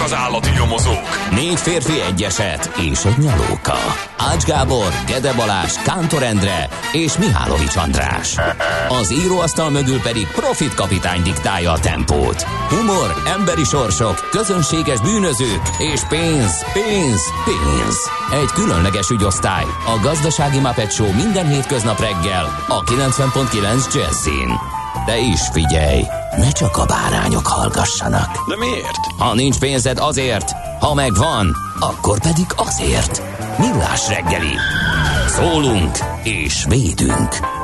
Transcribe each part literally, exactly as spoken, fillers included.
az állati nyomozók. Négy férfi, egy eset és egy nyalóka. Ács Gábor, Gede Balázs, Kántor Endre és Mihálovics András. Az íróasztal mögül pedig Profit kapitány diktálja a tempót. Humor, emberi sorsok, közönséges bűnözők és pénz, pénz, pénz. Egy különleges ügyosztály, a Gazdasági Muppet Show minden hétköznap reggel a kilencven pont kilenc Jazzin. De is figyelj, ne csak a bárányok hallgassanak. De miért? Ha nincs pénzed, azért, ha megvan, akkor pedig azért. Millás reggeli. Szólunk és védünk.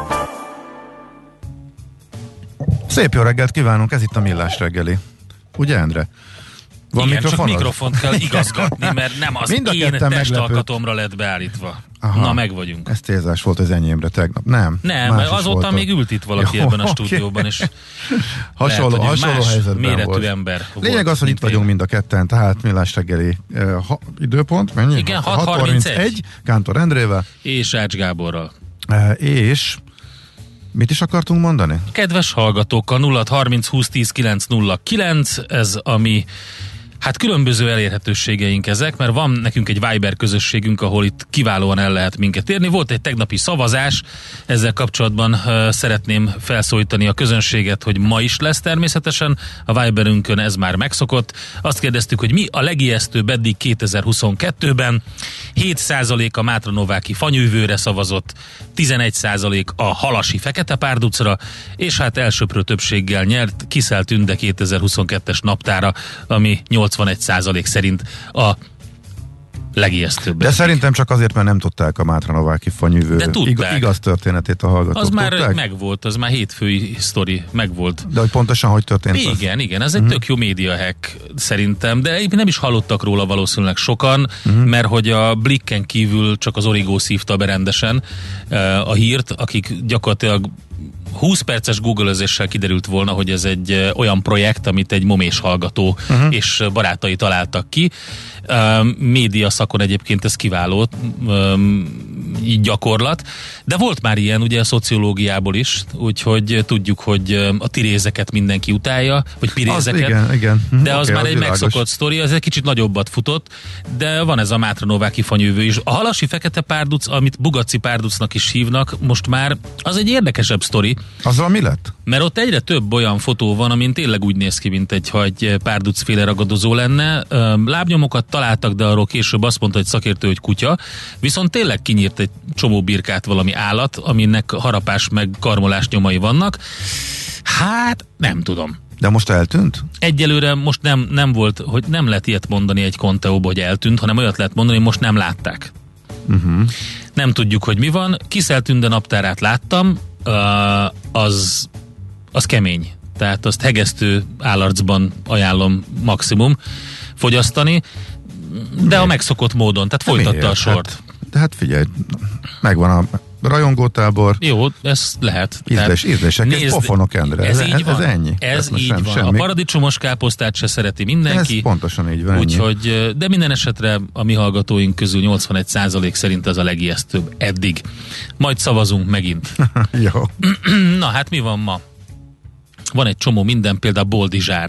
Szép jó reggelt kívánunk, ez itt a Millás reggeli. Ugye, Endre? Van igen, csak mikrofont kell igazgatni, mert nem az mind a én testalkatomra meglepőd. lett beállítva. Aha. Na, meg vagyunk. Ez tézás volt az enyémre tegnap. Nem. Nem, mert azóta még ült itt valaki jó, ebben a okay. stúdióban, és hasonló, lehet, hasonló helyzetben méretű volt. ember. Lényeg az, hogy itt vagyunk mind a ketten, tehát Millás reggeli uh, ha, időpont, mennyi? Igen, hat harmincegy. Kántor Endrével. És Ács Gáborral. Uh, és mit is akartunk mondani? Kedves hallgatók, a nulla harminc húsz tíz kilenc nulla kilenc, ez ami hát különböző elérhetőségeink ezek, mert van nekünk egy Viber közösségünk, ahol itt kiválóan el lehet minket érni. Volt egy tegnapi szavazás, ezzel kapcsolatban uh, szeretném felszólítani a közönséget, hogy ma is lesz természetesen. A Viberünkön ez már megszokott. Azt kérdeztük, hogy mi a legijesztőbb eddig kétezer-huszonkettőben. hét százalék a Mátra Nováki fanyűvőre szavazott, tizenegy százalék a halasi fekete párducra, és hát elsöprő többséggel nyert Kiszel Tünde kétezer-huszonkettes naptára, ami nyolcvanegy százalék szerint a legijesztőbb. De szerintem csak azért, mert nem tudták a Mátra Nováki fanyűvő ig- igaz történetét a hallgatók. Az már tudták? megvolt, az már hétfői sztori megvolt. De hogy pontosan hogy történt? Igen, az? igen, ez egy uh-huh. tök jó média hack szerintem, de nem is hallottak róla valószínűleg sokan, uh-huh. mert hogy a Blicken kívül csak az Origo szívta be rendesen uh, a hírt, akik gyakorlatilag húsz perces googlezéssel kiderült volna, hogy ez egy olyan projekt, amit egy momés hallgató uh-huh. és barátai találtak ki. Uh, média szakon egyébként ez kiváló um, így gyakorlat, de volt már ilyen ugye a szociológiából is, úgyhogy tudjuk, hogy a tirézeket mindenki utálja, vagy pirézeket, az, igen, igen. de az okay, már az egy világos. megszokott sztori, ez egy kicsit nagyobbat futott, de van ez a Mátra Nováki fanyűvő is. A halasi fekete párduc, amit Bugaci párducnak is hívnak, most már az egy érdekesebb sztori. Azzal mi lett? Mert ott egyre több olyan fotó van, amin tényleg úgy néz ki, mint egy, ha egy párducféle ragadozó lenne. Lábnyomokat találtak, de arról később azt mondta egy szakértő, hogy kutya. Viszont tényleg kinyírt egy csomó birkát valami állat, aminek harapás meg karmolás nyomai vannak. Hát, nem tudom. De most eltűnt? Egyelőre most nem, nem volt, hogy nem lehet ilyet mondani egy konteóba, hogy eltűnt, hanem olyat lehet mondani, hogy most nem látták. Uh-huh. Nem tudjuk, hogy mi van. Kiszel Tünde naptárát láttam, uh, az, az kemény. Tehát azt hegesztő állarcban ajánlom maximum fogyasztani, de a megszokott módon, tehát folytatta miért? a sort. Hát, de hát figyelj, megvan a rajongótábor. Jó, ez lehet. Ízles, ízlesek, ez pofonok, Endre. Ez, ez, így van. ez ennyi. Ez most így sem, van. semmi. A paradicsomos káposztát se szereti mindenki. Ez pontosan így van. Úgyhogy, de minden esetre a mi hallgatóink közül nyolcvanegy százalék szerint ez a legijesztőbb eddig. Majd szavazunk megint. Jó. Na hát mi van ma? Van egy csomó minden, például Boldizsár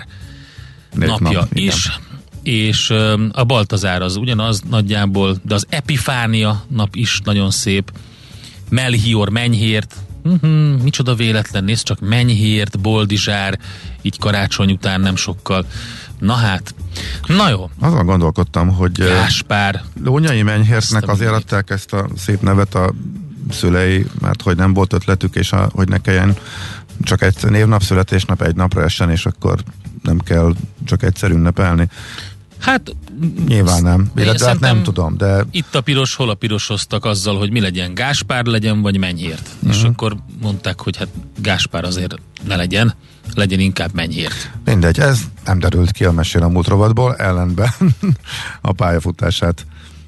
napja nap, is, és um, a Baltazár az ugyanaz nagyjából, de az Epifánia nap is nagyon szép. Melchior, Menyhért, uh-huh, micsoda véletlen, nézd csak, Menyhért, Boldizsár, így karácsony után nem sokkal. Na hát, na jó. Azon gondolkodtam, hogy Gáspár. Lónyai Menyhértnek azért adták ezt a szép nevet a szülei, mert hogy nem volt ötletük, és a, hogy ne kelljen csak egy névnap, születésnap egy napra essen, és akkor nem kell csak egyszer ünnepelni. Hát nyilván nem, illetve hát nem tudom, de itt a piros, hol a pirosoztak azzal, hogy mi legyen, Gáspár legyen, vagy Menyhért. Uh-huh. És akkor mondták, hogy hát Gáspár azért ne legyen, legyen inkább Menyhért. Mindegy, ez nem derült ki a Mesél a múlt rovatból, ellenben a pályafutását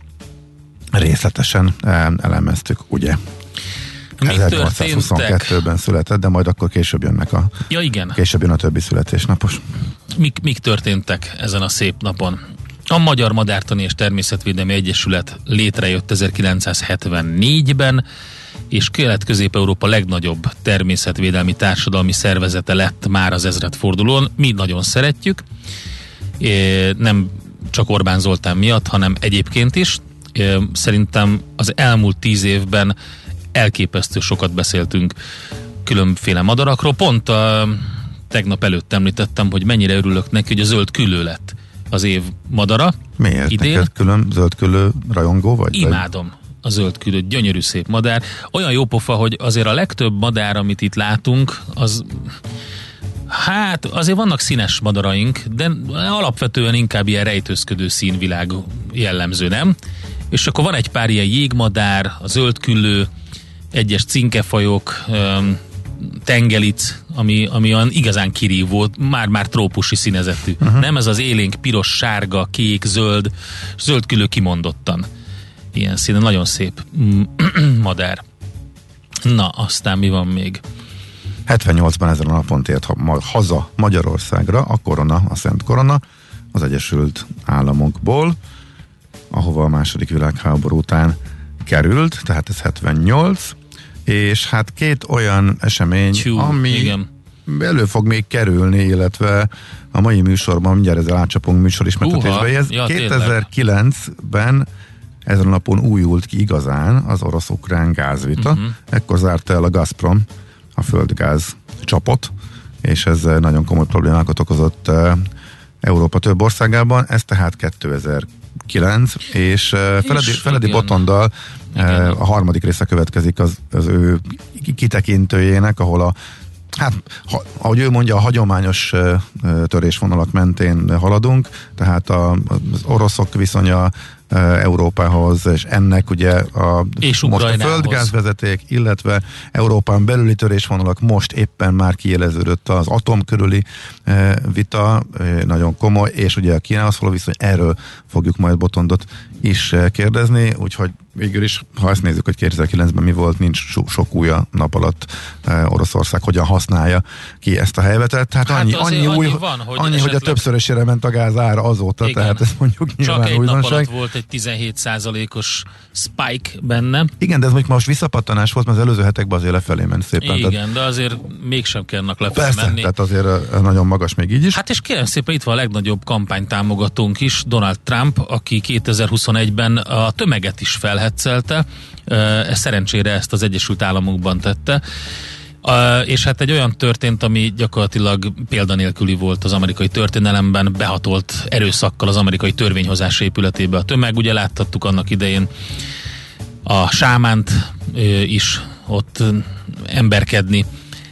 részletesen elemeztük, ugye? ezernyolcszázhuszonkettőben született, de majd akkor később jönnek a ja, igen. később jön a többi születésnapos. Mik, mik történtek ezen a szép napon? A Magyar Madártani és Természetvédelmi Egyesület létrejött ezerkilencszázhetvennégyben, és Kelet-Közép-Európa legnagyobb természetvédelmi társadalmi szervezete lett már az ezredfordulón. Mi nagyon szeretjük. É, nem csak Orbán Zoltán miatt, hanem egyébként is. Szerintem az elmúlt tíz évben elképesztő sokat beszéltünk különféle madarakról. Pont a, tegnap előtt említettem, hogy mennyire örülök neki, hogy a zöld küllő lett az év madara. Miért? Idén. Neked külön zöld küllő rajongó vagy? Imádom a zöld küllő, gyönyörű szép madár. Olyan jó pofa, hogy azért a legtöbb madár, amit itt látunk, az hát azért vannak színes madaraink, de alapvetően inkább ilyen rejtőzködő színvilág jellemző, nem? És akkor van egy pár ilyen jégmadár, a zöldküllő, egyes cinkefajok, tengelic, ami, ami olyan igazán kirívó, már-már trópusi színezetű. Uh-huh. Nem ez az élénk piros, sárga, kék, zöld, zöldküllő kimondottan. Ilyen színe, nagyon szép madár. Na, aztán mi van még? hetvennyolcban ezen a napon tért haza Magyarországra a korona, a Szent Korona, az Egyesült Államokból, ahova a második világháború után került, tehát ez hetvennyolc, és hát két olyan esemény, Tyú, ami igen. elő fog még kerülni, illetve a mai műsorban mindjárt ezzel átcsapunk műsor ismertetésbe. Ez ja, kétezer-kilencben ezen a napon újult ki igazán az orosz-ukrán gázvita. Uh-huh. Ekkor zárta el a Gazprom a földgáz csapot, és ez nagyon komoly problémákat okozott uh, Európa több országában. Ez tehát kétezer-kilenc, és uh, Feledi, Feledi Botondal uh, a harmadik része következik az, az ő kitekintőjének, ahol a hát, ha, ahogy ő mondja, a hagyományos uh, törésvonalak mentén haladunk, tehát a, az oroszok viszonya Európához, és ennek ugye a, és most a földgázvezeték, illetve Európán belüli törésvonalak, most éppen már kiéleződött az atom körüli e, vita, e, nagyon komoly, és ugye a Kínához való viszony, erről fogjuk majd Botondot is kérdezni, úgyhogy végül is, ha ezt nézzük, hogy kétezer-kilencben mi volt, nincs so, sok új a nap alatt e, Oroszország hogyan használja ki ezt a helyzetet. Tehát hát annyi, annyi, új, annyi, van, hogy, annyi hogy a többszörösére ment a gáz ára azóta, igen. Tehát ez mondjuk nyilván csak egy újdonság. Nap alatt volt egy tizenhét százalékos spike benne. Igen, de ez mondjuk most visszapattanás volt, mert az előző hetekben azért lefelé ment szépen. Igen, tehát, de azért mégsem kellnek lefelé persze, menni. Tehát azért nagyon magas még így is. Hát és kérem szépen, itt van a legnagyobb kampánytámogatónk is, Donald Trump, aki kétezer-huszonegyben a tömeget is felhetszelte. Szerencsére ezt az Egyesült Államokban tette. Uh, és hát egy olyan történt, ami gyakorlatilag példanélküli volt az amerikai történelemben, behatolt erőszakkal az amerikai törvényhozás épületébe a tömeg. Ugye láttattuk annak idején a sámánt uh, is ott uh, emberkedni,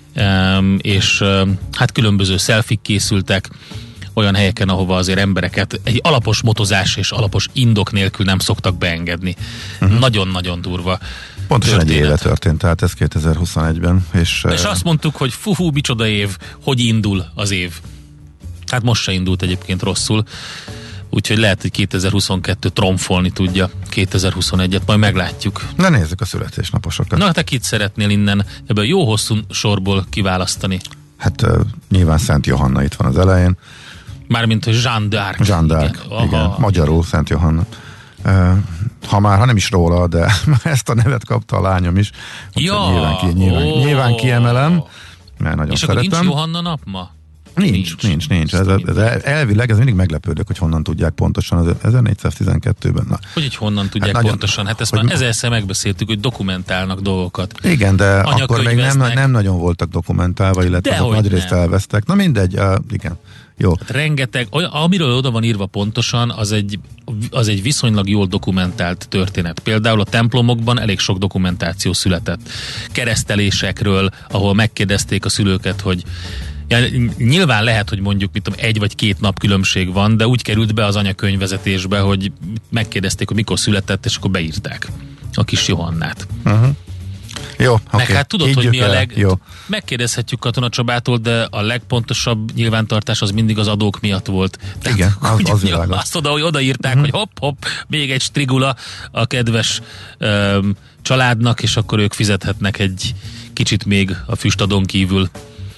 um, és uh, hát különböző szelfik készültek olyan helyeken, ahova azért embereket egy alapos motozás és alapos indok nélkül nem szoktak beengedni. Uh-huh. Nagyon-nagyon durva. Pontosan történet. Egy éve történt, tehát ez kétezer-huszonegyben. És, és azt mondtuk, hogy fú, micsoda év, hogy indul az év. Hát most se indult egyébként rosszul, úgyhogy lehet, hogy kétezer-huszonkettő tromfolni tudja kétezer-huszonegyet, majd meglátjuk. Na nézzük a születésnaposokat. Na te kit szeretnél innen ebből jó hosszú sorból kiválasztani? Hát uh, nyilván Szent Johanna itt van az elején. Mármint, hogy Jeanne d'Arc. Jeanne d'Arc, igen, igen. Magyarul Szent Johanna. Uh, ha már, ha nem is róla, de ezt a nevet kapta a lányom is. Ja, nyilván, ki, nyilván, ó. nyilván kiemelem, mert nagyon és szeretem. És akkor nincs Johanna nap ma? Nincs, nincs, nincs. nincs. Ez, ez elvileg, ez mindig meglepődök, hogy honnan tudják pontosan az ezernégyszáztizenkettőben. Na. Hogy így honnan tudják hát pontosan? Hát ezt hogy, már ezerszer megbeszéltük, hogy dokumentálnak dolgokat. Igen, de akkor még nem, nem nagyon voltak dokumentálva, illetve azok nagy részt elvesztek. Na mindegy, uh, igen. Jó. Hát rengeteg, amiről oda van írva pontosan, az egy, az egy viszonylag jól dokumentált történet. Például a templomokban elég sok dokumentáció született. Keresztelésekről, ahol megkérdezték a szülőket, hogy ja, nyilván lehet, hogy mondjuk mit tudom, egy vagy két nap különbség van, de úgy került be az anyakönyvvezetésbe, hogy megkérdezték, hogy mikor született, és akkor beírták a kis Johannát. Uh-huh. Jó, meg okay. hát tudod, Higgyük hogy mi a el. leg... Jó. Megkérdezhetjük Katona Csabától, de a legpontosabb nyilvántartás az mindig az adók miatt volt. Tehát, igen, az, az világos. Azt oda, hogy odaírták, uh-huh. hogy hopp-hopp, még egy strigula a kedves um, családnak, és akkor ők fizethetnek egy kicsit még a füstadón kívül.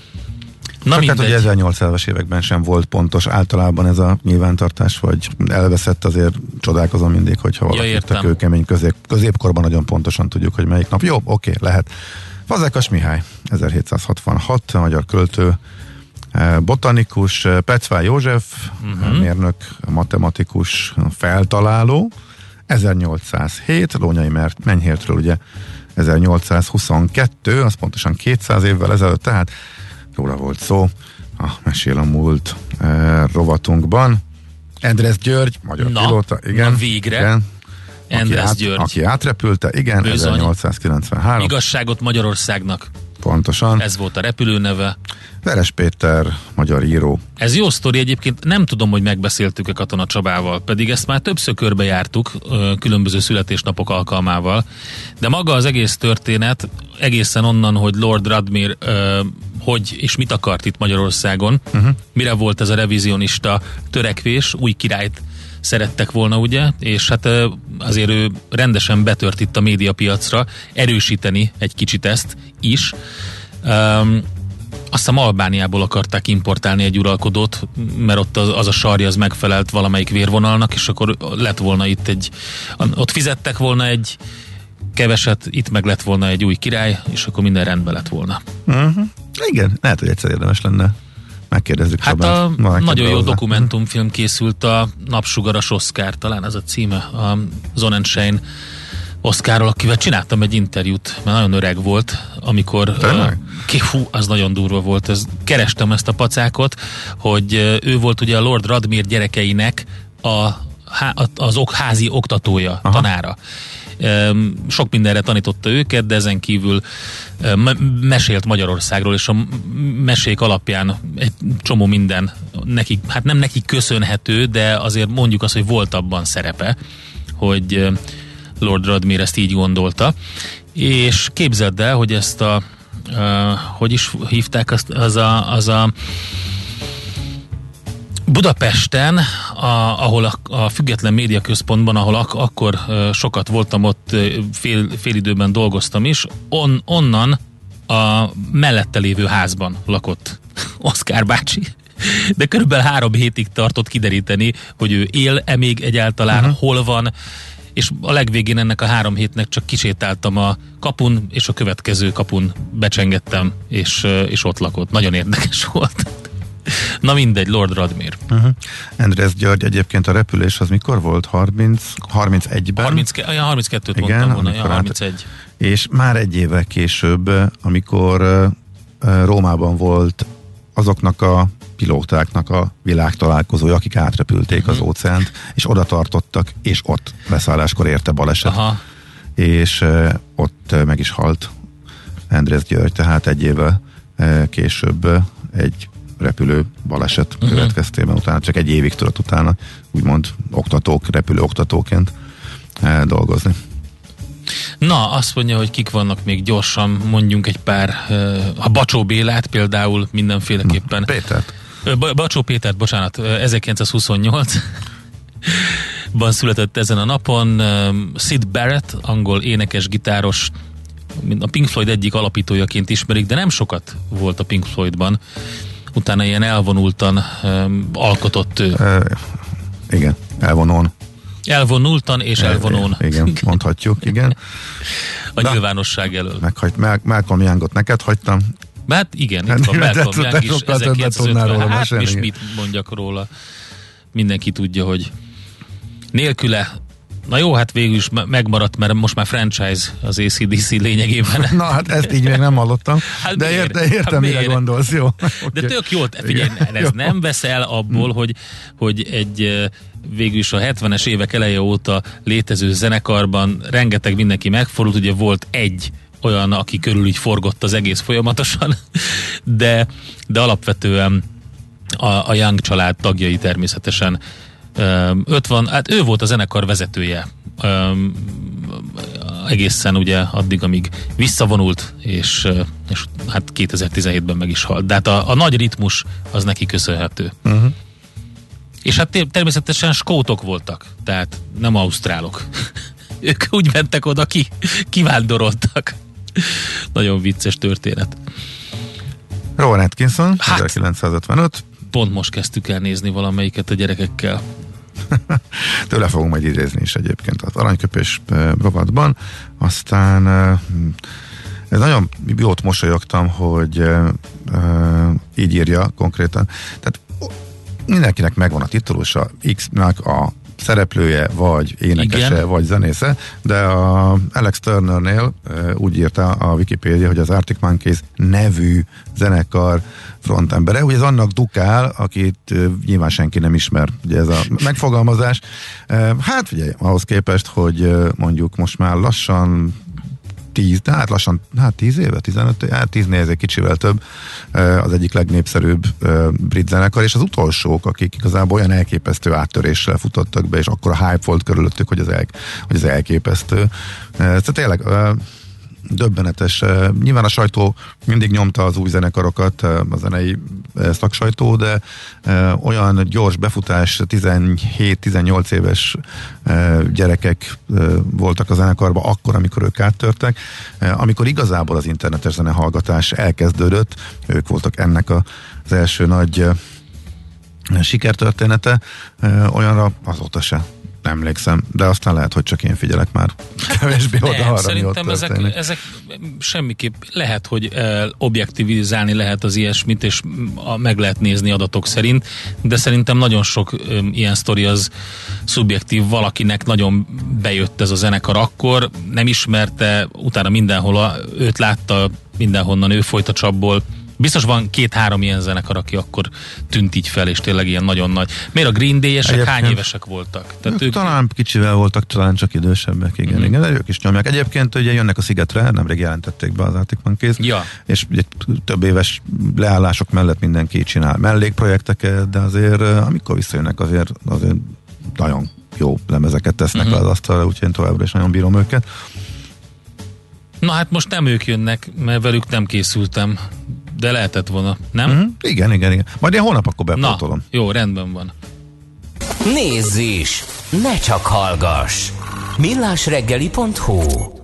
Na Csak hát, hogy ezernyolcszázas években sem volt pontos általában ez a nyilvántartás, vagy elveszett, azért csodálkozom mindig, hogyha valaki ja, a kőkemény közép, középkorban nagyon pontosan tudjuk, hogy melyik nap. Jó, oké, lehet. Fazekas Mihály, ezerhétszázhatvanhat, a magyar költő, botanikus, Pecvá József, uh-huh. mérnök, matematikus, feltaláló, ezernyolcszázhét, Lónyai Menyhértről ugye ezernyolcszázhuszonkettő, az pontosan kétszáz évvel ezelőtt, tehát róla volt szó a Mesél a múlt e, rovatunkban. Endresz György, magyar na, pilóta, igen. Na végre. Igen. Endresz aki, át, György. aki átrepülte, igen, Bőzony. ezernyolcszázkilencvenhárom. Igazságot Magyarországnak. Pontosan. Ez volt a repülőneve. Veres Péter, magyar író. Ez jó sztori egyébként, nem tudom, hogy megbeszéltük-e Katona Csabával, pedig ezt már többször körbejártuk különböző születésnapok alkalmával, de maga az egész történet egészen onnan, hogy Lord Radmir hogy és mit akart itt Magyarországon, uh-huh. mire volt ez a revizionista törekvés, új királyt szerettek volna, ugye, és hát azért ő rendesen betört itt a médiapiacra, erősíteni egy kicsit ezt is. Um, azt hiszem Albániából akarták importálni egy uralkodót, mert ott az, az a sarja az megfelelt valamelyik vérvonalnak, és akkor lett volna itt egy, ott fizettek volna egy keveset, itt meg lett volna egy új király, és akkor minden rendben lett volna. Uh-huh. Igen, lehet, hogy egyszer érdemes lenne. Megkérdezzük Hát Csabát. a Ma nagyon jó hozzá. dokumentumfilm készült, a Napsugaras Oscar, talán ez a címe, a Sonnenschein Oscarról, akivel csináltam egy interjút, mert nagyon öreg volt, amikor uh, ki, hú, az nagyon durva volt, ez, kerestem ezt a pacákot, hogy uh, ő volt ugye a Lord Radmir gyerekeinek a, az ok, házi oktatója, aha. tanára. Um, sok mindenre tanította őket, de ezen kívül um, mesélt Magyarországról, és a mesék alapján egy csomó minden neki, hát nem neki köszönhető, de azért mondjuk azt, hogy volt abban szerepe, hogy uh, Lord Radmir ezt így gondolta, és képzeld el, hogy ezt a uh, hogy is hívták azt, az a, az a Budapesten, a, ahol a, a Független Média Központban, ahol ak- akkor uh, sokat voltam, ott uh, fél, fél időben dolgoztam is, on, onnan a mellette lévő házban lakott Oszkár bácsi. De körülbelül három hétig tartott kideríteni, hogy ő él-e még egyáltalán, uh-huh. hol van, és a legvégén ennek a három hétnek csak kisétáltam a kapun, és a következő kapun becsengettem, és, és ott lakott. Nagyon érdekes volt. Na mindegy, Lord Radmir. Uh-huh. Endresz György egyébként a repülés az mikor volt? harminc, harmincegyben? harminc, ja, harminckettőt igen, mondtam volna, ja, harmincegy. És már egy évvel később, amikor uh, Rómában volt azoknak a pilótáknak a világtalálkozója, akik átrepülték uh-huh. az óceánt, és oda tartottak, és ott leszálláskor érte baleset. Aha. És uh, ott uh, meg is halt Endresz György, tehát egy évvel uh, később uh, egy repülő baleset uh-huh. következtében, utána csak egy évig tudott utána úgymond oktatók, repülő oktatóként uh, dolgozni. Na, azt mondja, hogy kik vannak még gyorsan, mondjunk egy pár, uh, a Bacsó Bélát például mindenféleképpen. Pétert. Ba- Bacsó Pétert, bocsánat, ezerkilencszázhuszonnyolc ban született ezen a napon. Syd Barrett, angol énekes, gitáros, a Pink Floyd egyik alapítójaként ismerik, de nem sokat volt a Pink Floydban. Utána ilyen elvonultan um, alkotott ő. Uh, igen, elvonón. Elvonultan és elvonón. Igen, mondhatjuk, igen. A de nyilvánosság elől. Meghagy, Mal- Malcolm Youngot neked hagytam. Hát igen, itt van Malcolm Young is, ezerkilencszázötven, hát és mit mondjak róla. Mindenki tudja, hogy nélküle, na jó, hát végül is megmaradt, mert most már franchise az á cé dé cé lényegében. Na hát ezt így még nem hallottam, hát de miért? Érte, értem, hát mire gondolsz, jó. De okay. Tök jó, figyelj, ez jó. Nem veszel abból, hogy, hogy egy végül is a hetvenes évek eleje óta létező zenekarban rengeteg mindenki megfordult, ugye volt egy olyan, aki körül így forgott az egész folyamatosan, de, de alapvetően a, a Young család tagjai természetesen ötven, hát ő volt a zenekar vezetője um, egészen ugye addig, amíg visszavonult, és, és hát kétezer-tizenhétben meg is halt. De hát a, a nagy ritmus az neki köszönhető. Uh-huh. És hát természetesen skótok voltak, tehát nem ausztrálok. Ők úgy mentek oda, ki, kivándoroltak. Nagyon vicces történet. Rowan Atkinson, hát, ezerkilencszázötvenöt. Pont most kezdtük el nézni valamelyiket a gyerekekkel. Tőle fogunk majd idézni is egyébként az Aranyköpés rovatban. Aztán ez nagyon jót mosolyogtam, hogy így írja konkrétan. Tehát mindenkinek megvan a titulusa, X-nak a szereplője, vagy énekese, igen, vagy zenésze, de a Alex Turnernél úgy írta a Wikipédia, hogy az Arctic Monkeys nevű zenekar frontembere, ugye ez annak dukál, akit nyilván senki nem ismer, ugye ez a megfogalmazás. Hát ugye ahhoz képest, hogy mondjuk most már lassan tíz, de hát lassan, hát tíz éve, tizenöt, hát tíznél ez egy kicsivel több, az egyik legnépszerűbb brit zenekar, és az utolsók, akik igazából olyan elképesztő áttöréssel futottak be, és akkor a hype volt körülöttük, hogy az, el, hogy az elképesztő. Tehát tényleg döbbenetes. Nyilván a sajtó mindig nyomta az új zenekarokat, a zenei szaksajtó, de olyan gyors befutás, tizenhét-tizennyolc éves gyerekek voltak a zenekarban akkor, amikor ők áttörtek. Amikor igazából az internetes zenehallgatás elkezdődött, ők voltak ennek az első nagy sikertörténete, olyanra azóta se emlékszem, de aztán lehet, hogy csak én figyelek már kevésbé oda arra, szerintem ezek, ezek semmiképp lehet, hogy uh, objektivizálni lehet az ilyesmit, és a, meg lehet nézni adatok szerint, de szerintem nagyon sok um, ilyen sztori az szubjektív, valakinek nagyon bejött ez a zenekar akkor, nem ismerte, utána mindenhol a, őt látta, mindenhonnan ő folyt a csapból. Biztos van két-három ilyen zenekar, aki akkor tűnt így fel, és tényleg ilyen nagyon nagy. Miért a Green Day-esek hány évesek voltak? Tehát ők, ők talán kicsivel voltak, talán csak idősebbek, igen, mm-hmm. igen, de ők is nyomják. Egyébként ugye jönnek a Szigetre, nemrég jelentették be az Arctic Monkeys, ja. és ugye több éves leállások mellett mindenki csinál mellékprojekteket, de azért amikor visszajönnek, azért, azért nagyon jó lemezeket tesznek mm-hmm. le az asztalra, úgyhogy én továbbra is nagyon bírom őket. Na hát most nem ők jönnek, mert velük nem készültem. De lehetett volna, nem? Mm-hmm. Igen, igen, igen. Majd én holnap akkor bepótolom. Na, jó, rendben van. Nézz is! Ne csak hallgass! millásreggeli pont hu.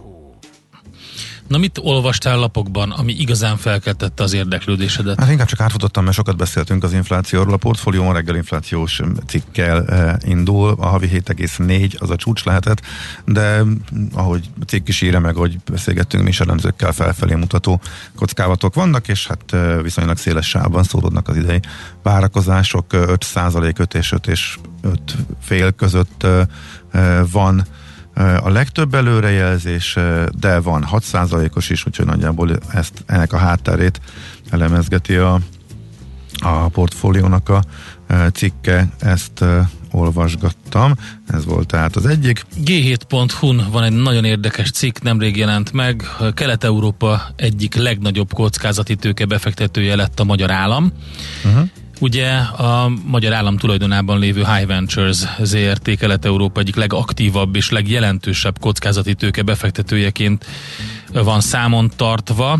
Na, mit olvastál lapokban, ami igazán felkeltette az érdeklődésedet? Hát inkább csak átfutottam, mert sokat beszéltünk az inflációról. A portfólió reggel inflációs cikkel eh, indul, a havi hét egész négy az a csúcs lehetett, de ahogy a cikk is írja meg, hogy beszélgettünk, mi is elemzőkkel felfelé mutató kockázatok vannak, és hát eh, viszonylag széles sávban szórodnak az idei várakozások, öt százalék, öt és öt és öt fél között eh, van a legtöbb előrejelzés, de van hat százalékos is, úgyhogy nagyjából ezt, ennek a hátterét elemezgeti a, a portfóliónak a cikke, ezt olvasgattam, ez volt tehát az egyik. gé hét pont hu-n van egy nagyon érdekes cikk, nemrég jelent meg, Kelet-Európa egyik legnagyobb kockázati tőke befektetője lett a magyar állam. Uh-huh. Ugye a magyar állam tulajdonában lévő High Ventures zé er té Kelet-Európa egyik legaktívabb és legjelentősebb kockázati tőke befektetőjeként van számon tartva,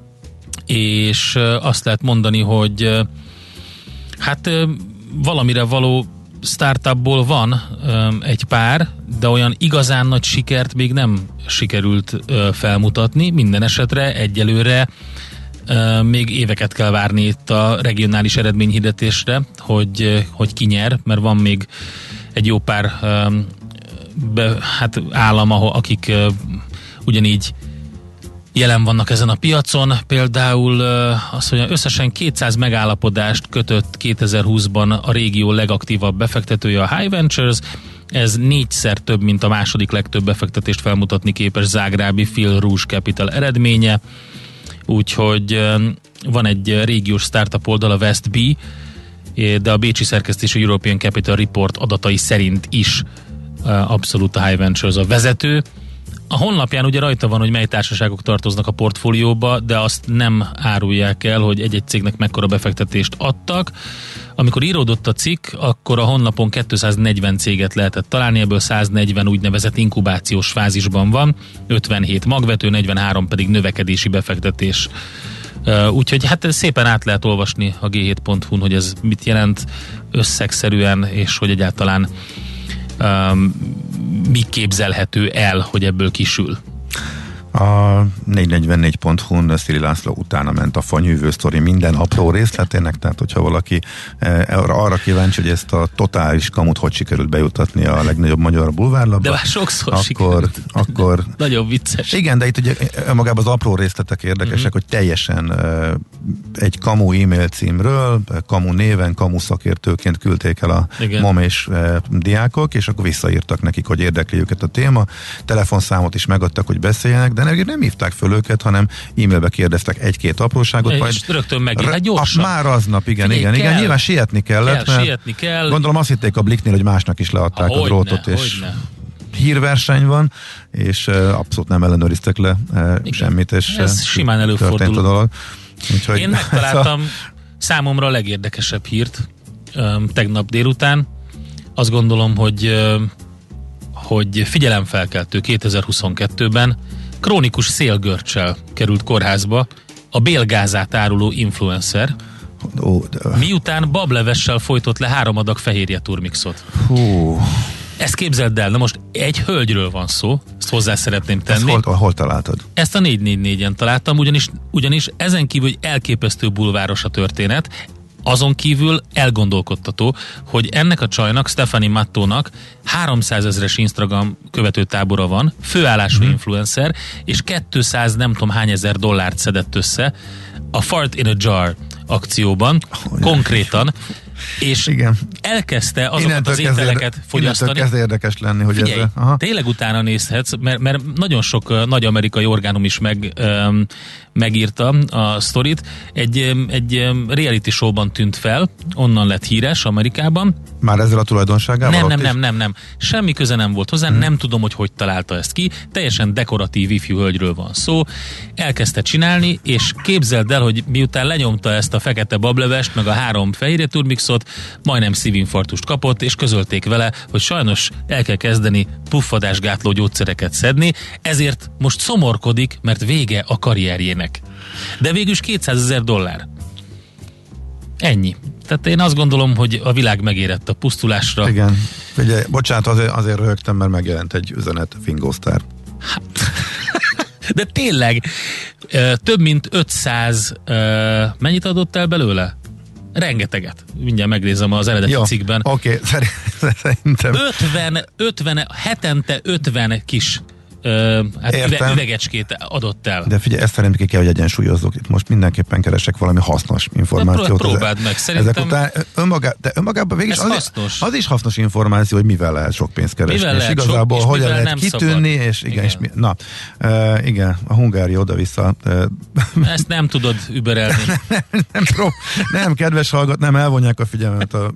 és azt lehet mondani, hogy hát valamire való startupból van egy pár, de olyan igazán nagy sikert még nem sikerült felmutatni. Minden esetre egyelőre Uh, még éveket kell várni itt a regionális eredményhirdetésre, hogy, hogy ki nyer, mert van még egy jó pár um, be, hát állam, ahol, akik uh, ugyanígy jelen vannak ezen a piacon. Például uh, azt mondja, összesen kétszáz megállapodást kötött kétezer-húszban a régió legaktívabb befektetője, a High Ventures. Ez négyszer több, mint a második legtöbb befektetést felmutatni képes zágrábi Phil Rouge Capital eredménye. Úgyhogy van egy régiós startup oldal, a WestB, de a bécsi szerkesztésű European Capital Report adatai szerint is abszolút a High Ventures a vezető. A honlapján ugye rajta van, hogy mely társaságok tartoznak a portfólióba, de azt nem árulják el, hogy egy-egy cégnek mekkora befektetést adtak. Amikor íródott a cikk, akkor a honlapon kétszáznegyven céget lehetett találni, ebből száznegyven úgynevezett inkubációs fázisban van, ötvenhét magvető, negyvenhárom pedig növekedési befektetés. Úgyhogy hát szépen át lehet olvasni a gé hét pont hu-n, hogy ez mit jelent összegszerűen, és hogy egyáltalán um, mi képzelhető el, hogy ebből kisül. A négyszáznegyvennégy pont hu-n Szili László utána ment a fanyűvő sztori minden apró részletének, tehát hogyha valaki arra, arra kíváncsi, hogy ezt a totális kamut hogy sikerült bejutatni a legnagyobb magyar bulvárlapba. De már sokszor akkor, sikerült. Akkor, nagyon vicces. Igen, de itt ugye magában az apró részletek érdekesek, uh-huh. hogy teljesen uh, egy kamu e-mail címről, kamu néven, kamu szakértőként küldték el a igen. mom és uh, diákok, és akkor visszaírtak nekik, hogy érdekli őket a téma. Telefonszámot is megadtak, hogy beszéljenek, de nem, nem hívták föl őket, hanem e-mailbe kérdeztek egy-két apróságot. És majd rögtön megint, hát gyorsan. Már aznap, igen, Figyelj, igen, kell, igen, nyilván sietni kellett, kell, mert sietni kell. Gondolom azt hitték a Blicknél, hogy másnak is leadták ha, a drótot, ne, és hogyne. Hírverseny van, és uh, abszolút nem ellenőriztek le uh, semmit, és ez uh, simán előfordul. A dolog. Úgyhogy én megtaláltam számomra a legérdekesebb hírt um, tegnap délután. Azt gondolom, hogy uh, hogy figyelemfelkeltő kétezer-huszonkettőben krónikus szélgörccsel került kórházba a bélgázát áruló influencer, oh, de... miután bablevessel folytott le három adag fehérje turmixot. Hú. Ezt képzeld el, na most egy hölgyről van szó, ezt hozzá szeretném tenni. Ezt hol, hol találtad? Ezt a négy négy négyen találtam, ugyanis, ugyanis ezen kívül egy elképesztő bulváros a történet, azon kívül elgondolkodtató, hogy ennek a csajnak, Stephanie Mattónak háromszázezres Instagram követőtábora van, főállású hmm. influencer, és kétszáz nem tudom hány ezer dollárt szedett össze a Fart in a Jar akcióban, oh, konkrétan, és igen. elkezdte azokat innentől az ételeket érde, fogyasztani. Kezd érdekes lenni, hogy figyelj, ez... Aha. tényleg utána nézhetsz, mert, mert nagyon sok uh, nagy amerikai orgánum is meg, um, megírta a sztorit. Egy, egy um, reality showban tűnt fel, onnan lett híres Amerikában. Már ezzel a tulajdonságával? Nem, nem, nem, nem, nem. Semmi köze nem volt hozzá, hmm. nem tudom, hogy hogy találta ezt ki. Teljesen dekoratív ifjú hölgyről van szó. Elkezdte csinálni, és képzeld el, hogy miután lenyomta ezt a fekete bablevest, meg a három fehérje turmixot, majdnem szívinfarktust kapott, és közölték vele, hogy sajnos el kell kezdeni puffadásgátló gyógyszereket szedni, ezért most szomorkodik, mert vége a karrierjének. De végül is kétszázezer dollár. Ennyi. Tehát én azt gondolom, hogy a világ megérett a pusztulásra. Igen. Ugye, bocsánat, azért, azért röhögtem, mert megjelent egy üzenet Fingósztár. De tényleg, több mint ötszáz, mennyit adott el belőle? Rengeteget. Mindjárt megnézem az eredeti jó, cikkben. Oké, okay, szerintem. ötven, ötven, hetente ötven kis Uh, hát üve, üvegecskét adott el. De figyelj, ezt szerintem ki kell, hogy egyensúlyozzuk. Itt most mindenképpen keresek valami hasznos információt. Próbáld meg, szerintem. Ezek után önmagá, de önmagában végig az, az is hasznos információ, hogy mivel lehet sok pénzt keresni. Mivel és lehet igazából sok, és hogyan lehet kitűnni, szabad. és igen, igen. És mi, na, uh, igen, a Hungária oda-vissza. Uh, ezt nem tudod überelni. nem, nem, nem, prób- nem, kedves hallgat, nem elvonják a figyelmet a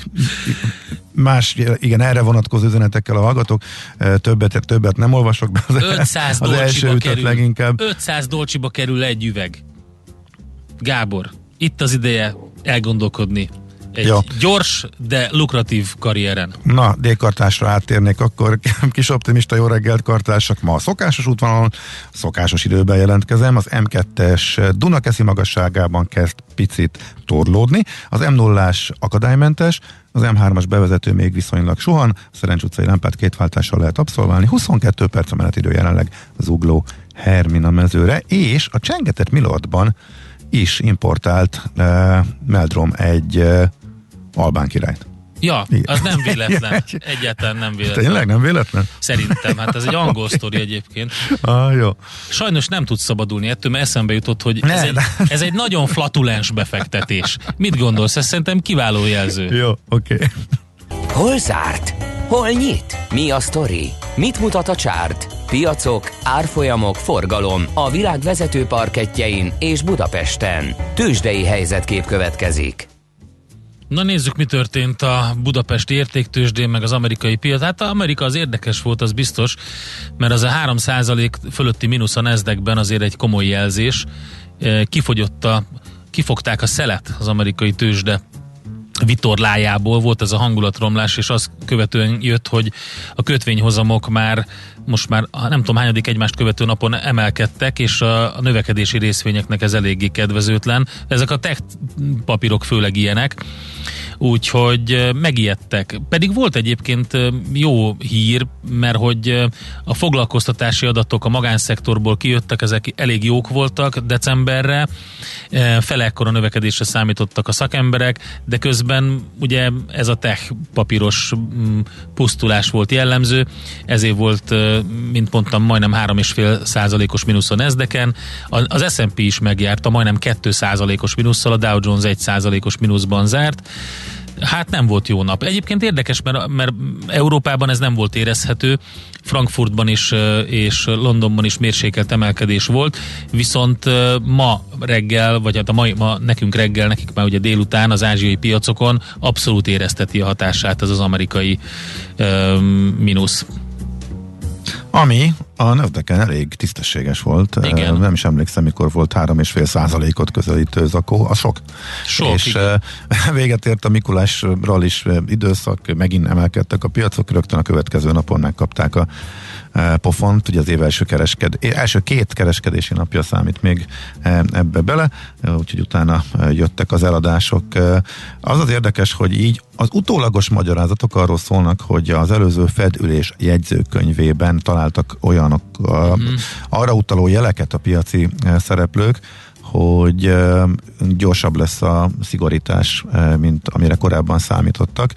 más, igen, erre vonatkozó üzenetekkel a hallgatók, többet, többet nem olvasok be, az, ötszáz az első ütet kerül, leginkább. ötszáz dolcsiba kerül egy üveg. Gábor, itt az ideje elgondolkodni egy jó. gyors, de lukratív karrieren. Na, D-kartásra áttérnék, akkor kis optimista jó reggelt, kartársak, ma a szokásos útvonalon, szokásos időben jelentkezem, az M kettes Dunakeszi magasságában kezd picit torlódni, az M nullás akadálymentes, az M hármas bevezető még viszonylag suhan, a Szerencs utcai lámpát két váltással lehet abszolválni, huszonkettő perc a menetidő jelenleg Zugló Hermina mezőre, és a Csengetett Milordban is importált uh, Meldrom egy uh, albán királyt. Ja, igen. Az nem véletlen. Egyáltalán nem véletlen. Tényleg nem véletlen? Szerintem, hát ez egy angol sztori egyébként. Ah, jó. Sajnos nem tudsz szabadulni ettől, mert eszembe jutott, hogy ez egy, ez egy nagyon flatulens befektetés. Mit gondolsz? Ez szerintem kiváló jelző. Jó, oké. Okay. Hol zárt? Hol nyit? Mi a sztori? Mit mutat a csárt? Piacok, árfolyamok, forgalom a világ vezető parkettjein és Budapesten. Tőzsdei helyzetkép következik. Na nézzük, mi történt a budapesti értéktőzsdén, meg az amerikai piac. Hát Amerika az érdekes volt, az biztos, mert az a három százalék fölötti mínusz a Nasdaqben azért egy komoly jelzés. Kifogyott a, kifogták a szelet az amerikai tőzsde vitorlájából volt ez a hangulatromlás, és az követően jött, hogy a kötvényhozamok már most már nem tudom hányadik egymást követő napon emelkedtek, és a, a növekedési részvényeknek ez eléggé kedvezőtlen. Ezek a tech papírok főleg ilyenek, úgyhogy megijedtek. Pedig volt egyébként jó hír, mert hogy a foglalkoztatási adatok a magánszektorból kijöttek, ezek elég jók voltak decemberre, fele ekkora növekedésre számítottak a szakemberek, de közben ugye ez a tech papíros pusztulás volt jellemző, ezért volt, mint mondtam, majdnem három egész öt százalékos mínusz a Nasdaqen, az es and pé is megjárta, majdnem két százalékos mínusszal, a Dow Jones egy százalékos mínuszban zárt. Hát nem volt jó nap. Egyébként érdekes, mert, mert Európában ez nem volt érezhető, Frankfurtban is és Londonban is mérsékelt emelkedés volt, viszont ma reggel, vagy hát a mai, ma nekünk reggel, nekik már ugye délután az ázsiai piacokon abszolút érezteti a hatását ez az amerikai um, mínusz. Ami a Nasdaqen elég tisztességes volt. Igen. Nem is emlékszem, mikor volt három egész öt százalékot közelítő zakó. Az sok. Sok, és igen. Véget ért a Mikulásról is időszak, megint emelkedtek a piacok, rögtön a következő napon megkapták a pofont, ugye az év első, keresked, első két kereskedési napja számít még ebbe bele, úgyhogy utána jöttek az eladások. Az az érdekes, hogy így az utólagos magyarázatok arról szólnak, hogy az előző Fed ülés jegyzőkönyvében találtak olyanok, mm-hmm. arra utaló jeleket a piaci szereplők, hogy gyorsabb lesz a szigorítás, mint amire korábban számítottak,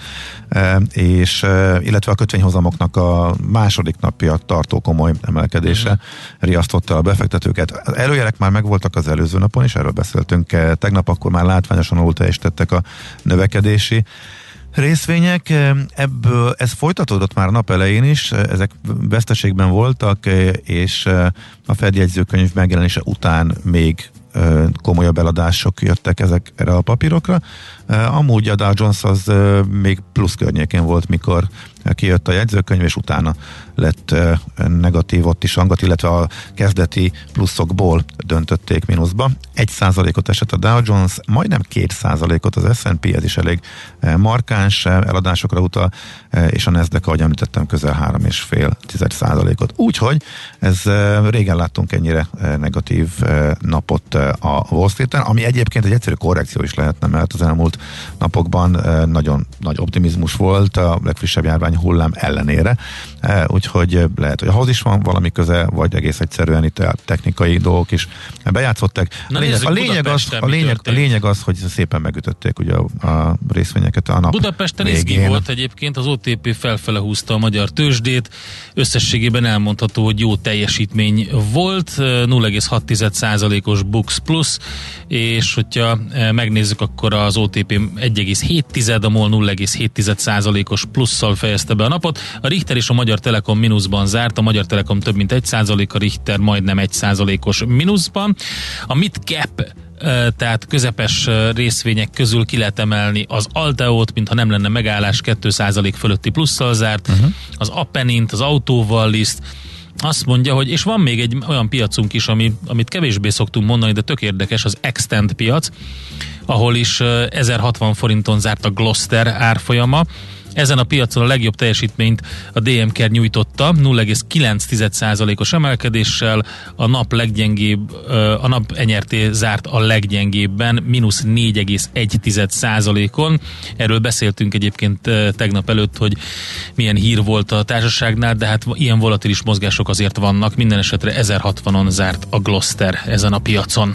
és illetve a kötvényhozamoknak a második napja tartó komoly emelkedése mm. riasztotta a befektetőket. Az előjelek már megvoltak az előző napon is, erről beszéltünk tegnap, akkor már látványosan alulteljesítettek a növekedési részvények. Ebből ez folytatódott már a nap elején is, ezek veszteségben voltak, és a Fed jegyzőkönyv megjelenése után még komolyabb eladások jöttek ezekre a papírokra. Amúgy a Dow Jones az még plusz környékén volt, mikor kijött a jegyzőkönyv, és utána lett negatív ott is hangot, illetve a kezdeti pluszokból döntötték mínuszba. Egy százalékot esett a Dow Jones, majdnem két százalékot az es and pé, ez is elég markáns eladásokra utal, és a Nasdaq, ahogy említettem, közel három egész öt százalékot. Úgyhogy ez régen láttunk ennyire negatív napot a Wall Streeten, ami egyébként egy egyszerű korrekció is lehetne, mert az elmúlt napokban nagyon nagy optimizmus volt a legfrissebb járvány hullám ellenére, úgyhogy lehet, hogy ahhoz is van valami köze, vagy egész egyszerűen itt a technikai dolgok is bejátszottak. A lényeg, a, lényeg az, a, lényeg, a lényeg az, hogy szépen megütötték ugye a, a részvényeket a nap Budapesten izgi volt egyébként, az o té pé felfele húzta a magyar tőzsdét, összességében elmondható, hogy jó teljesítmény volt, nulla egész hat százalékos Bux plusz, és hogyha megnézzük, akkor az o té pé egy egész hét, a MOL nulla egész hét százalékos plusszal fejezte be a napot. A Richter és a Magyar Telekom mínuszban zárt, a Magyar Telekom több mint egy százalék, a Richter majdnem egy százalékos mínuszban. A mid-cap, tehát közepes részvények közül ki lehet emelni az Alteót, mintha nem lenne megállás, két százalék fölötti plusszal zárt, uh-huh. az Appenint, az Autóvalliszt, azt mondja, hogy, és van még egy olyan piacunk is, ami, amit kevésbé szoktunk mondani, de tök érdekes, az Extend piac, ahol is ezerhatvan forinton zárt a Gloster árfolyama. Ezen a piacon a legjobb teljesítményt a dé em Care nyújtotta, nulla egész kilenc százalékos emelkedéssel, a nap leggyengébb, a nap en er té zárt a leggyengébben, mínusz négy egész egy százalékon. Erről beszéltünk egyébként tegnap előtt, hogy milyen hír volt a társaságnál, de hát ilyen volatilis mozgások azért vannak, minden esetre ezerhatvanon zárt a Gloster ezen a piacon.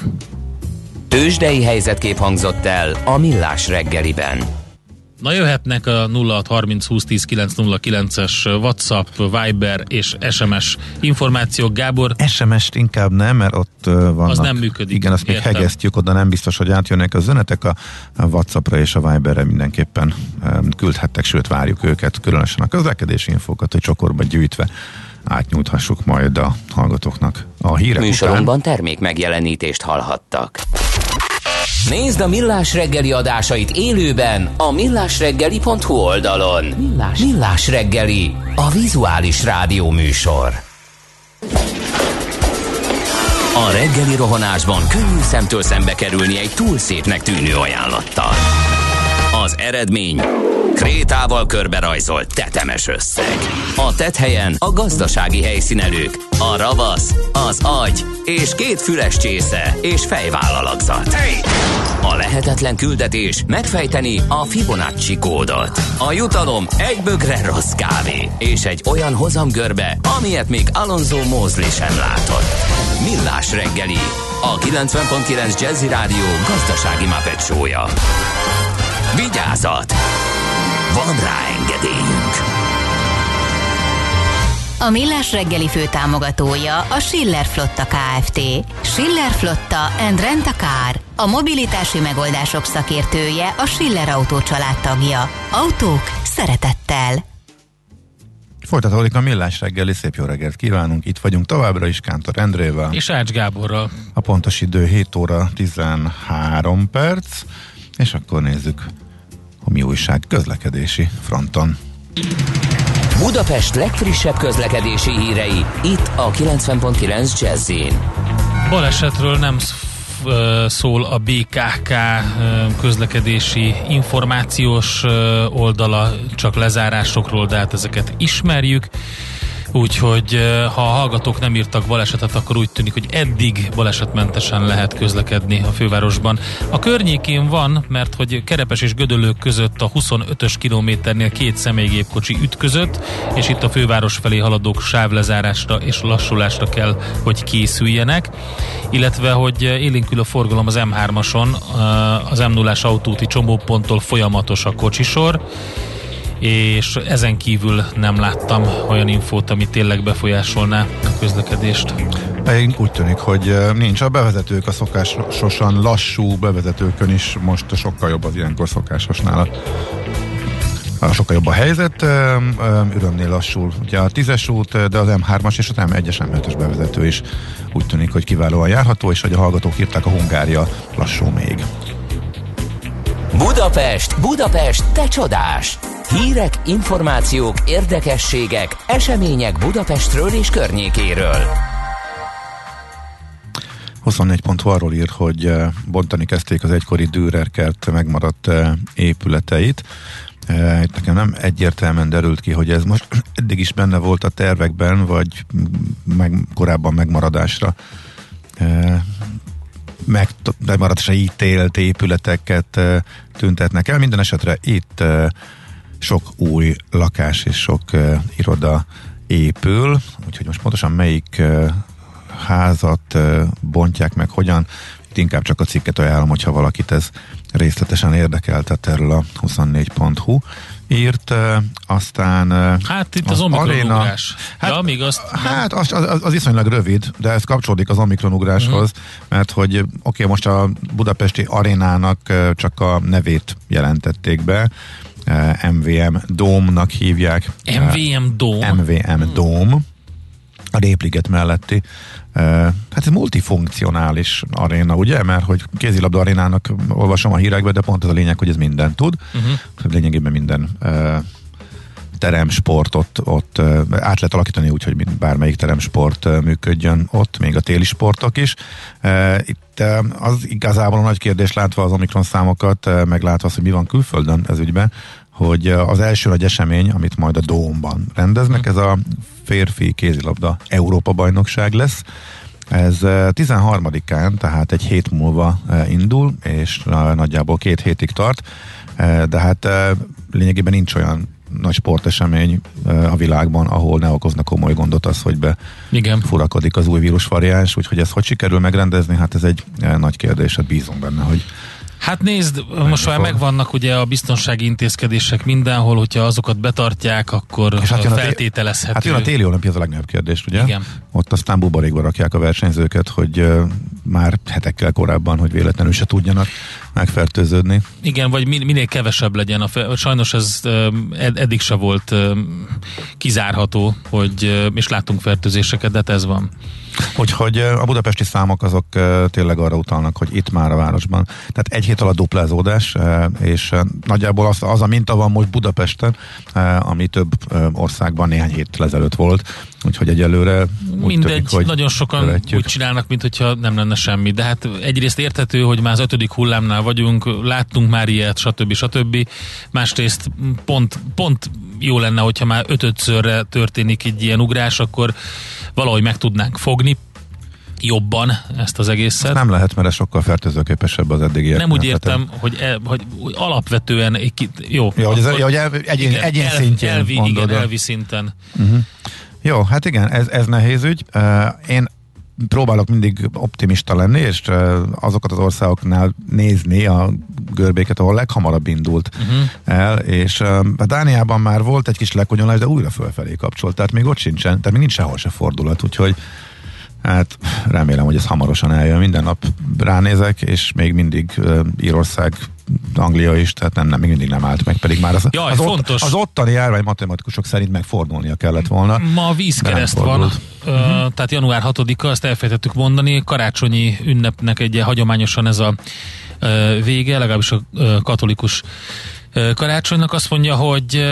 Tőzsdei helyzetkép hangzott el a Millás reggeliben. Na, jöhetnek a nulla hat harminc húsz tíz kilenc nulla kilences WhatsApp, Viber és es em es információk. Gábor? es em est inkább nem, mert ott uh, vannak. Az nem működik. Igen, azt még értem. hegesztjük, oda nem biztos, hogy átjönnek az üzenetek, a, a WhatsAppra és a Viberre mindenképpen um, küldhettek, sőt várjuk őket, különösen a közlekedési infókat, hogy csokorba gyűjtve átnyújthassuk majd a hallgatóknak a hírek Műsorunkban után. termék megjelenítést hallhattak. Nézd a Millás reggeli adásait élőben a millásreggeli pont hu oldalon. Millás, Millás reggeli, a vizuális rádió műsor. A reggeli rohanásban könnyű szemtől szembe kerülni egy túl szépnek tűnő ajánlattal. Az eredmény krétával körberajzolt tetemes összeg. A tetthelyen a gazdasági helyszínelők, a ravasz, az agy és két füles csésze és fejvállalakzat. A lehetetlen küldetés megfejteni a Fibonacci kódot. A jutalom egy bögre rossz kávé és egy olyan hozamgörbe, amilyet még Alonso Mosley sem látott. Millás reggeli, a kilencven pont kilenc Jazzy Rádió gazdasági Muppet show-ja. Vigyázat! Van rá engedélyünk! A Millás reggeli főtámogatója a Schiller Flotta Kft. Schiller Flotta and Rent a Car. A mobilitási megoldások szakértője, a Schiller Autó család tagja. Autók szeretettel. Folytatódik a Millás reggeli, szép jó reggelt kívánunk. Itt vagyunk továbbra is Kántor Endrével. És Ács Gáborral. A pontos idő hét óra tizenhárom perc, és akkor nézzük, a mi újság közlekedési fronton. Budapest legfrissebb közlekedési hírei, itt a kilencven pont kilenc Jazzin. Balesetről nem szól a bé ká ká közlekedési információs oldala, csak lezárásokról, de hát ezeket ismerjük. Úgyhogy ha a hallgatók nem írtak balesetet, akkor úgy tűnik, hogy eddig balesetmentesen lehet közlekedni a fővárosban. A környékén van, mert hogy Kerepes és Gödöllők között a huszonötös kilométernél két személygépkocsi ütközött, és itt a főváros felé haladók sávlezárásra és lassulásra kell, hogy készüljenek. Illetve, hogy élénkül a forgalom az em hármason, az em nullás autóúti csomóponttól folyamatos a kocsisor, és ezen kívül nem láttam olyan infót, ami tényleg befolyásolná a közlekedést. Én úgy tűnik, hogy nincs. A bevezetők a szokásosan lassú bevezetőkön is most sokkal jobb az ilyenkor szokásosnál. A sokkal jobb a helyzet, örömnél lassul. Ugye a tízes út, de az em hármas és az em egyes, em ötös bevezető is úgy tűnik, hogy kiválóan járható, és hogy a hallgatók írták, a Hungária lassú még. Budapest, Budapest, te csodás! Hírek, információk, érdekességek, események Budapestről és környékéről. huszonnégy pont hu arról ír, hogy bontani kezdték az egykori Dürer kert megmaradt épületeit. Itt nekem nem egyértelműen derült ki, hogy ez most eddig is benne volt a tervekben, vagy meg, korábban megmaradásra meg, megmaradásra ítélt épületeket tüntetnek el. Minden esetre itt sok új lakás és sok uh, iroda épül, úgyhogy most pontosan melyik uh, házat uh, bontják meg, hogyan, itt inkább csak a cikket ajánlom, hogyha valakit ez részletesen érdekel, tehát erről a huszonnégy pont hu írt, uh, aztán uh, hát itt az, az omikronugrás. Hát, ja, még azt hát az, az, az iszonylag rövid, de ez kapcsolódik az omikronugráshoz, uh-huh. mert hogy oké, okay, most a budapesti arénának uh, csak a nevét jelentették be, em vé em Dome-nak hívják. em vé em Dome? em vé em Dome. A Répliget melletti. Hát ez multifunkcionális aréna, ugye? Mert hogy kézilabda arénának olvasom a hírekbe, de pont az a lényeg, hogy ez mindent tud. Uh-huh. Lényegében minden uh, teremsportot ott uh, át lehet alakítani úgy, hogy bármelyik teremsport uh, működjön ott, még a téli sportok is. Uh, itt uh, az igazából a nagy kérdés, látva az omikron számokat, uh, meg látva az, hogy mi van külföldön ez ügyben, hogy uh, az első nagy esemény, amit majd a Dome-ban rendeznek, ez a férfi kézilabda Európa-bajnokság lesz. Ez uh, tizenharmadikán, tehát egy hét múlva uh, indul, és uh, nagyjából két hétig tart, uh, de hát uh, lényegében nincs olyan nagy sportesemény uh, a világban, ahol ne okozna komoly gondot az, hogy be Igen. furakodik az új vírusvariáns, úgyhogy ez hogy sikerül megrendezni, hát ez egy uh, nagy kérdés, hát bízunk benne, hogy Hát nézd, most már megvannak ugye a biztonsági intézkedések mindenhol, hogyha azokat betartják, akkor hát feltételezhető. Hát jön a téli olimpia, az a legnagyobb kérdés, ugye? Igen. Ott aztán buborékba rakják a versenyzőket, hogy uh, már hetekkel korábban, hogy véletlenül se tudjanak megfertőződni. Igen, vagy minél kevesebb legyen. A fe- Sajnos ez ed- eddig se volt uh, kizárható, hogy, uh, és láttunk fertőzéseket, de ez van. Úgyhogy a budapesti számok azok tényleg arra utalnak, hogy itt már a városban. Tehát egy hét alatt duplázódás, és nagyjából az, az a minta van most Budapesten, ami több országban néhány héttel ezelőtt volt, úgyhogy egyelőre mindegy, tűnik, hogy nagyon sokan követjük. Úgy csinálnak, mint hogyha nem lenne semmi, de hát egyrészt érthető, hogy már az ötödik hullámnál vagyunk, láttunk már ilyet, stb. stb. Másrészt pont, pont jó lenne, hogyha már ötödszörre történik egy ilyen ugrás, akkor valahogy meg tudnánk fogni jobban ezt az egészet. Ezt nem lehet, mert ez sokkal fertőzőképesebb az eddigiek. Nem úgy értem, hogy, e, hogy alapvetően egy, jó. Ja, hogy, ez, hogy egyén, igen, egyén el, szintjén elvi, mondod. Igen, elvi szinten. Uh-huh. Jó, hát igen, ez, ez nehéz ügy. Uh, én próbálok mindig optimista lenni, és uh, azokat az országoknál nézni a görbéket, ahol leghamarabb indult uh-huh. el, és uh, a Dániában már volt egy kis lekonyolás, de újra fölfelé kapcsolt, tehát még ott sincsen, tehát még nincs sehol se fordulat, úgyhogy hát remélem, hogy ez hamarosan eljön. Minden nap ránézek, és még mindig uh, Írország, Anglia is, tehát nem, nem, még mindig nem állt meg, pedig már az, Jaj, az, ott, az ottani járvány matematikusok szerint megfordulnia kellett volna. Ma vízkereszt van, uh, uh-huh. tehát január hatodika, azt elfelejtettük mondani, karácsonyi ünnepnek egy hagyományosan ez a uh, vége, legalábbis a uh, katolikus karácsonynak. Azt mondja, hogy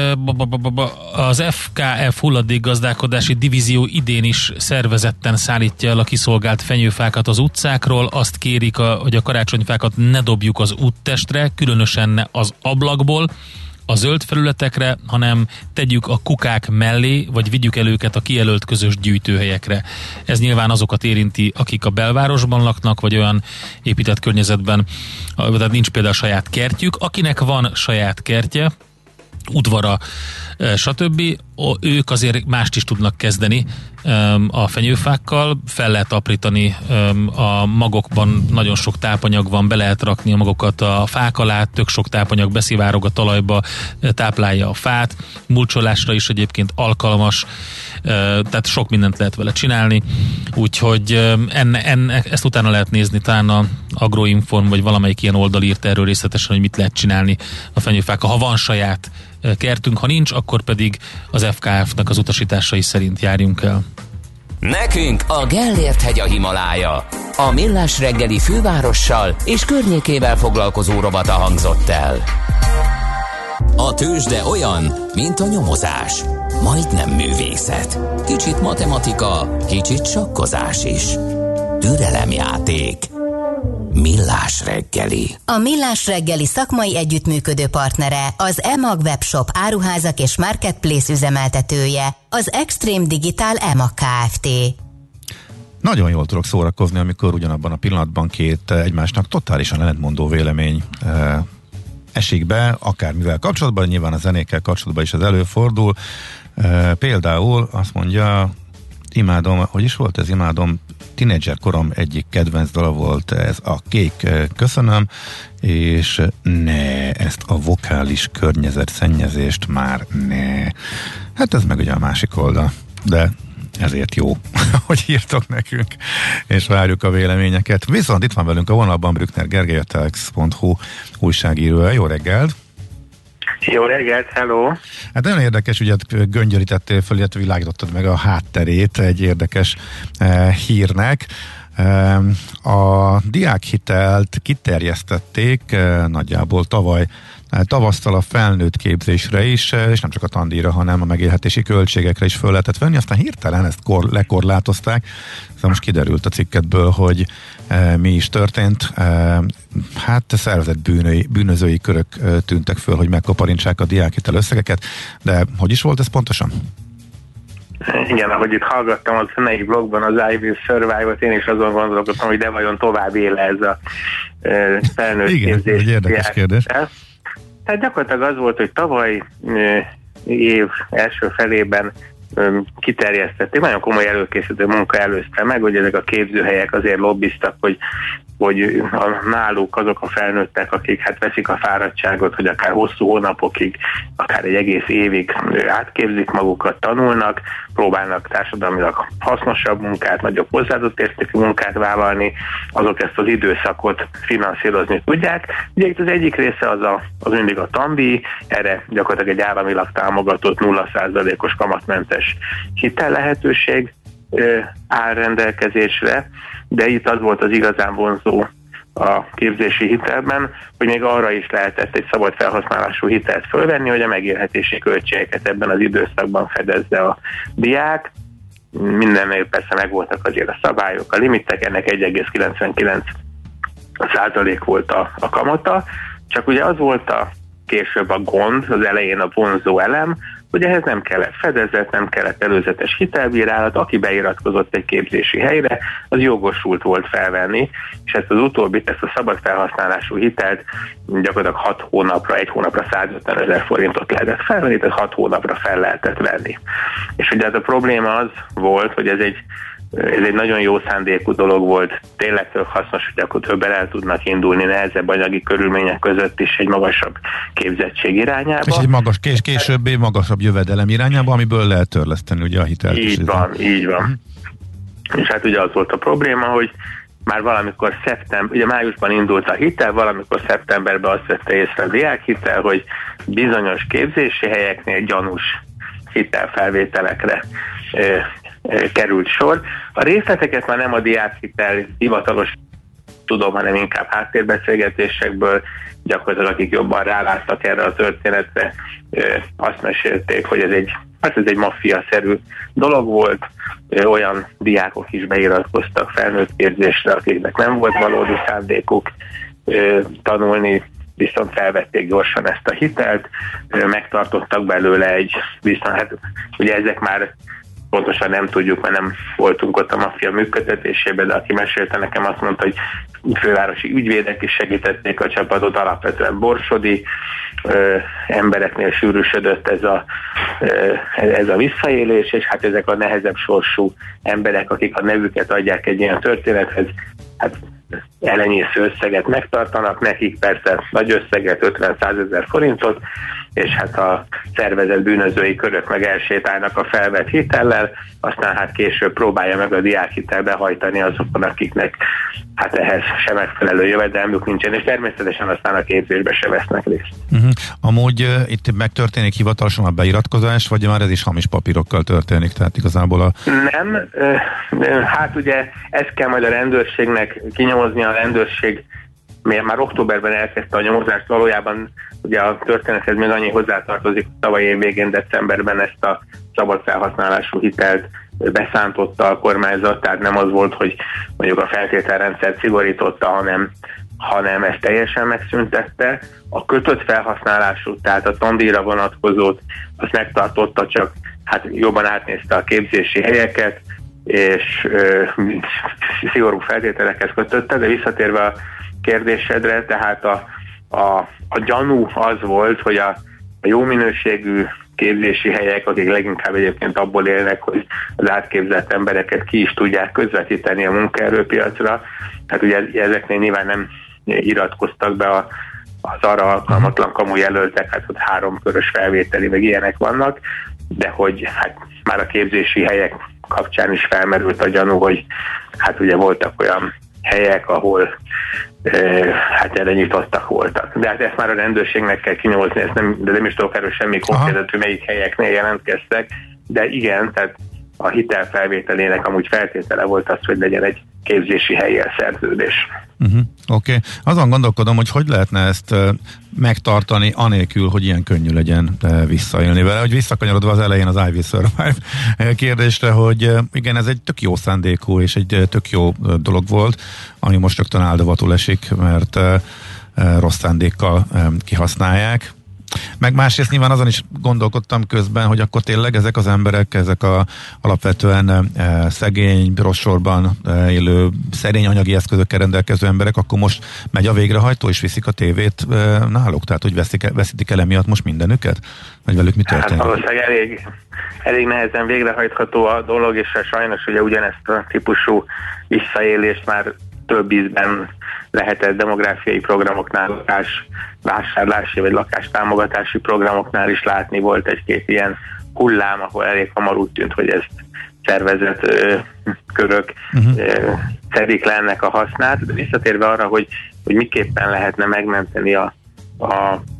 az ef ká ef hulladékgazdálkodási divízió idén is szervezetten szállítja el a kiszolgált fenyőfákat az utcákról. Azt kérik, hogy a karácsonyfákat ne dobjuk az úttestre, különösen ne az ablakból, a zöld felületekre, hanem tegyük a kukák mellé, vagy vigyük el őket a kijelölt közös gyűjtőhelyekre. Ez nyilván azokat érinti, akik a belvárosban laknak, vagy olyan épített környezetben, tehát nincs például saját kertjük. Akinek van saját kertje, udvara, stb. Ők azért mást is tudnak kezdeni a fenyőfákkal, fel lehet aprítani a magokban, nagyon sok tápanyag van, be lehet rakni a magokat a fák alá, tök sok tápanyag beszivárog a talajba, táplálja a fát, mulcsolásra is egyébként alkalmas, tehát sok mindent lehet vele csinálni, úgyhogy enne, enne, ezt utána lehet nézni, talán a Agroinform vagy valamelyik ilyen oldal írt erről részletesen, hogy mit lehet csinálni a fenyőfákkal, ha van saját kertünk, ha nincs, akkor pedig az ef ká ef-nek az utasításai szerint járjunk el. Nekünk a Gellért hegy a Himalája. A Millás reggeli fővárossal és környékével foglalkozó rovata hangzott el. A tőzsde olyan, mint a nyomozás. Majdnem művészet. Kicsit matematika, kicsit sakkozás is. Türelemjáték. Millás reggeli. A Millás reggeli szakmai együttműködő partnere, az e-mag webshop áruházak és marketplace üzemeltetője, az Extreme Digital e-mag Kft. Nagyon jól tudok szórakozni, amikor ugyanabban a pillanatban két egymásnak totálisan ellentmondó vélemény eh, esik be, akármivel kapcsolatban, nyilván a zenékkel kapcsolatban is ez előfordul. Eh, például azt mondja, imádom, hogy is volt ez, imádom, tínédzser korom egyik kedvenc dala volt ez a Kék Köszönöm, és ne, ezt a vokális környezet szennyezést már ne. Hát ez meg ugye a másik oldal, de ezért jó, hogy írtok nekünk, és várjuk a véleményeket. Viszont itt van velünk a vonalban Brückner Gergely, a telex pont hu újságírója. Jó reggelt! Jó reggelt, hello! Hát nagyon érdekes ügyet göngyörítettél föl, illetve világítottad meg a hátterét egy érdekes eh, hírnek. Eh, a diákhitelt kiterjesztették eh, nagyjából tavaly tavasztal a felnőtt képzésre is, és nem csak a tandíjra, hanem a megélhetési költségekre is föl lehetett venni, aztán hirtelen ezt kor, lekorlátozták. Szóval most kiderült a cikketből, hogy e, mi is történt. E, hát szervezett bűnöi, bűnözői körök e, tűntek föl, hogy megkoparintsák a diákhitel összegeket, de hogy is volt ez pontosan? Igen, ahogy itt hallgattam az melyik blogban az I Will Survive-ot, én is azon gondolkodtam, hogy de vajon tovább él ez a e, felnőtt igen, képzés. Igen, egy érdekes kérdés. Tehát gyakorlatilag az volt, hogy tavaly év első felében kiterjesztették, nagyon komoly előkészítő munka előzte meg, hogy ezek a képzőhelyek azért lobbiztak, hogy, hogy a, náluk azok a felnőttek, akik hát veszik a fáradtságot, hogy akár hosszú hónapokig, akár egy egész évig átképzik magukat, tanulnak, próbálnak társadalmilag hasznosabb munkát, nagyobb hozzáadott értékű munkát vállalni, azok ezt az időszakot finanszírozni tudják. Ugye itt az egyik része az, a, az mindig a tandíj, erre gyakorlatilag egy államilag támogatott nulla százalékos kamatmentes hitel lehetőség ö, áll rendelkezésre, de itt az volt az igazán vonzó a képzési hitelben, hogy még arra is lehetett egy szabad felhasználású hitelt fölvenni, hogy a megélhetési költségeket ebben az időszakban fedezze a diák. mindennél persze megvoltak azért a szabályok, a limitek, ennek egy egész kilencvenkilenc százalék volt a, a kamata, csak ugye az volt a később a gond, az elején a vonzó elem, hogy ehhez nem kellett fedezet, nem kellett előzetes hitelbírálat, aki beiratkozott egy képzési helyre, az jogosult volt felvenni, és ezt az utóbbit, ezt a szabad felhasználású hitelt gyakorlatilag hat hónapra, egy hónapra százötven ezer forintot lehetett felvenni, tehát hat hónapra fel lehetett venni. És ugye ez a probléma az volt, hogy ez egy Ez egy nagyon jó szándékú dolog volt, tényleg tök hasznos, hogy akkor többen el tudnak indulni nehezebb anyagi körülmények között is egy magasabb képzettség irányába. És egy magas, kés, későbbi magasabb jövedelem irányába, amiből lehet törleszteni ugye a hitelt. Így van, így van. Mm. És hát ugye az volt a probléma, hogy már valamikor szeptember, ugye májusban indult a hitel, valamikor szeptemberben azt vette észre a diákhitel, hogy bizonyos képzési helyeknél gyanús hitelfelvételekre került sor. A részleteket már nem a diákhitel hivatalos tudom, hanem inkább háttérbeszélgetésekből, gyakorlatilag akik jobban ráláttak erre a történetre, azt mesélték, hogy ez egy, hát ez egy maffia-szerű dolog volt, olyan diákok is beiratkoztak felnőtt képzésre, akiknek nem volt valódi szándékuk tanulni, viszont felvették gyorsan ezt a hitelt, megtartottak belőle egy, viszont hát ugye ezek már pontosan nem tudjuk, mert nem voltunk ott a maffia működtetésében, de aki mesélte nekem, azt mondta, hogy fővárosi ügyvédek is segítették a csapatot, alapvetően borsodi ö, embereknél sűrűsödött ez a, ö, ez a visszaélés, és hát ezek a nehezebb sorsú emberek, akik a nevüket adják egy ilyen történethez, hát elenyésző összeget megtartanak, nekik persze nagy összeget, ötven-százezer forintot, és hát a szervezett bűnözői körök meg elsétálnak a felvett hitellel, aztán hát később próbálja meg a diákhitel behajtani azokon, akiknek hát ehhez sem megfelelő jövedelmük nincsen, és természetesen aztán a képzésbe se vesznek részt. Uh-huh. Amúgy uh, itt megtörténik hivatalosan a beiratkozás, vagy már ez is hamis papírokkal történik, tehát igazából a... Nem, uh, hát ugye ezt kell majd a rendőrségnek kinyomozni, a rendőrség miért már októberben elkezdte a nyomozást, valójában ugye a történethez még annyi hozzátartozik, tavaly év végén, decemberben ezt a szabad felhasználású hitelt beszántotta a kormányzat, tehát nem az volt, hogy mondjuk a feltételrendszert szigorította, hanem, hanem ezt teljesen megszüntette. A kötött felhasználású, tehát a tandíjra vonatkozót, azt megtartotta, csak hát jobban átnézte a képzési helyeket, és ö, szigorú feltételekhez kötötte, de visszatérve a kérdésedre, tehát a, a, a gyanú az volt, hogy a, a jó minőségű képzési helyek, akik leginkább egyébként abból élnek, hogy az átképzett embereket ki is tudják közvetíteni a munkaerőpiacra. Hát ugye ezeknél nyilván nem iratkoztak be a, az arra alkalmatlan kamu jelöltek, hát ott három körös felvételi, meg ilyenek vannak, de hogy hát már a képzési helyek kapcsán is felmerült a gyanú, hogy hát ugye voltak olyan helyek, ahol e, hát erre nyitottak voltak. De hát ezt már a rendőrségnek kell kinyomozni, ezt nem, de nem is tudok erről semmi konkrétet, hogy melyik helyeknél jelentkeztek, de igen, tehát a hitelfelvételének amúgy feltétele volt az, hogy legyen egy képzési hellyel szerződés. Uh-huh. Oké. Okay. Azon gondolkodom, hogy hogy lehetne ezt uh, megtartani, anélkül, hogy ilyen könnyű legyen uh, visszaélni vele. Hogy visszakanyarodva az elején az I Will Survive kérdésre, hogy uh, igen, ez egy tök jó szándékú és egy uh, tök jó uh, dolog volt, ami most rögtön áldavatul esik, mert uh, uh, rossz szándékkal um, kihasználják. Meg másrészt nyilván azon is gondolkodtam közben, hogy akkor tényleg ezek az emberek, ezek a alapvetően e, szegény, rossz sorban e, élő, szerény anyagi eszközökkel rendelkező emberek, akkor most megy a végrehajtó és viszik a tévét e, náluk? Tehát, hogy veszik, veszítik el emiatt most mindenüket? Vagy velük mi történik? Hát valószínűleg elég, elég nehezen végrehajtható a dolog, és sajnos ugye ugyanezt a típusú visszaélést már több ízben lehetett demográfiai programoknál, lakás vásárlási vagy lakástámogatási programoknál is látni. Volt egy-két ilyen hullám, ahol elég hamar úgy tűnt, hogy ezt szervezett ö, körök uh-huh. ö, szedik le ennek a hasznát. De visszatérve arra, hogy, hogy miképpen lehetne megmenteni a, a,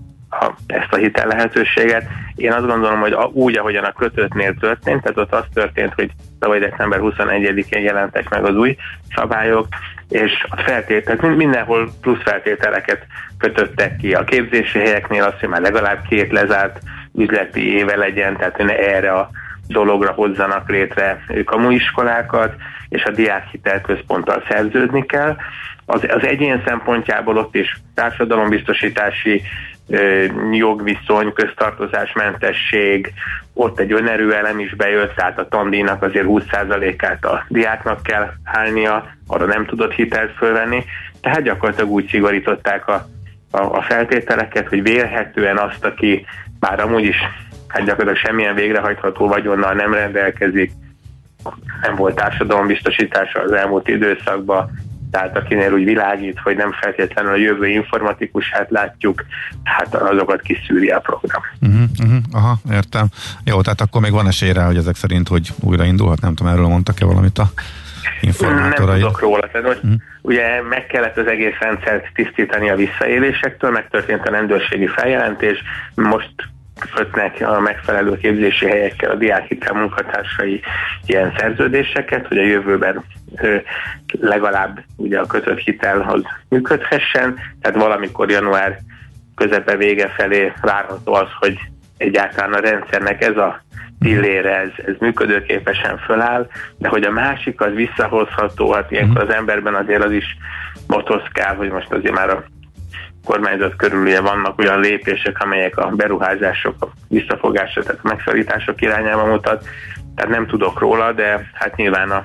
a, ezt a hitel lehetőséget, én azt gondolom, hogy a, úgy, ahogyan a kötöttnél történt, tehát ott az történt, hogy tavaly december huszonegyedikén jelentek meg az új szabályok, és a feltétel, mindenhol plusz feltételeket kötöttek ki. A képzési helyeknél azt, hogy már legalább két lezárt üzleti éve legyen, tehát erre a dologra hozzanak létre kamuiskolákat, és a diákhitelközponttal szerződni kell. Az, az egyén szempontjából ott is társadalombiztosítási ö, jogviszony, köztartozásmentesség, ott egy önerőelem is bejött, tehát a tandíjnak azért húsz százalékát a diáknak kell állnia, arra nem tudott hitelt fölvenni, tehát gyakorlatilag úgy szigorították a, a, a feltételeket, hogy vélhetően azt, aki már amúgy is hát gyakorlatilag semmilyen végrehajtható vagyonnal nem rendelkezik, nem volt társadalombiztosítása az elmúlt időszakban, tehát akinél úgy világít, hogy nem feltétlenül a jövő informatikusát látjuk, hát azokat kiszűri a program. Uh-huh, uh-huh, aha, értem. Jó, tehát akkor még van esély rá, hogy ezek szerint, hogy újraindulhat, nem tudom, erről mondtak-e valamit a informátorai? Nem tudok róla, tehát hogy uh-huh. ugye meg kellett az egész rendszert tisztítani a visszaélésektől, megtörtént a rendőrségi feljelentés, most kötnek a megfelelő képzési helyekkel a diákhitel munkatársai ilyen szerződéseket, hogy a jövőben ö, legalább ugye a kötött hitel az működhessen, tehát valamikor január közepe vége felé várható az, hogy egyáltalán a rendszernek ez a pillére, ez, ez működőképesen föláll, de hogy a másik az visszahozható, hát ilyenkor az emberben azért az is motoszkál, hogy most azért már a kormányzat körül ugye vannak olyan lépések, amelyek a beruházások, a visszafogások, tehát a megszorítások irányába mutat, tehát nem tudok róla, de hát nyilván a,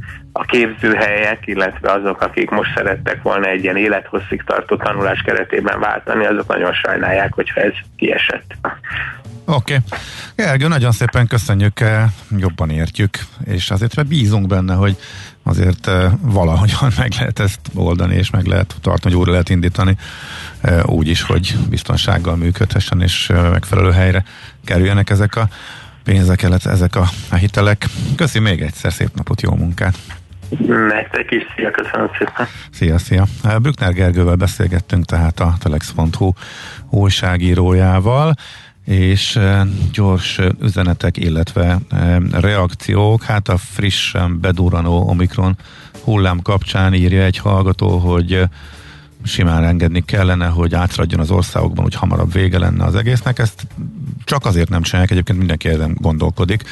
a képzőhelyek, illetve azok, akik most szerettek volna egy ilyen élethosszig tartó tanulás keretében váltani, azok nagyon sajnálják, hogyha ez kiesett. Oké. Okay. Gergő, nagyon szépen köszönjük, jobban értjük, és azért bízunk benne, hogy azért valahogyan meg lehet ezt oldani, és meg lehet tartani, hogy újra lehet indítani úgy is, hogy biztonsággal működhessen, és megfelelő helyre kerüljenek ezek a pénzek, ezek a, a hitelek. Köszi még egyszer, szép napot, jó munkát! Nektek is, szia, köszönöm szépen! Szia, szia! Brückner Gergővel beszélgettünk, tehát a telex pont hu újságírójával, és gyors üzenetek, illetve reakciók. Hát a frissen bedurranó Omikron hullám kapcsán írja egy hallgató, hogy simán engedni kellene, hogy átradjon az országokban, hogy hamarabb vége lenne az egésznek. Ezt csak azért nem csinálják, egyébként mindenki ezen gondolkodik,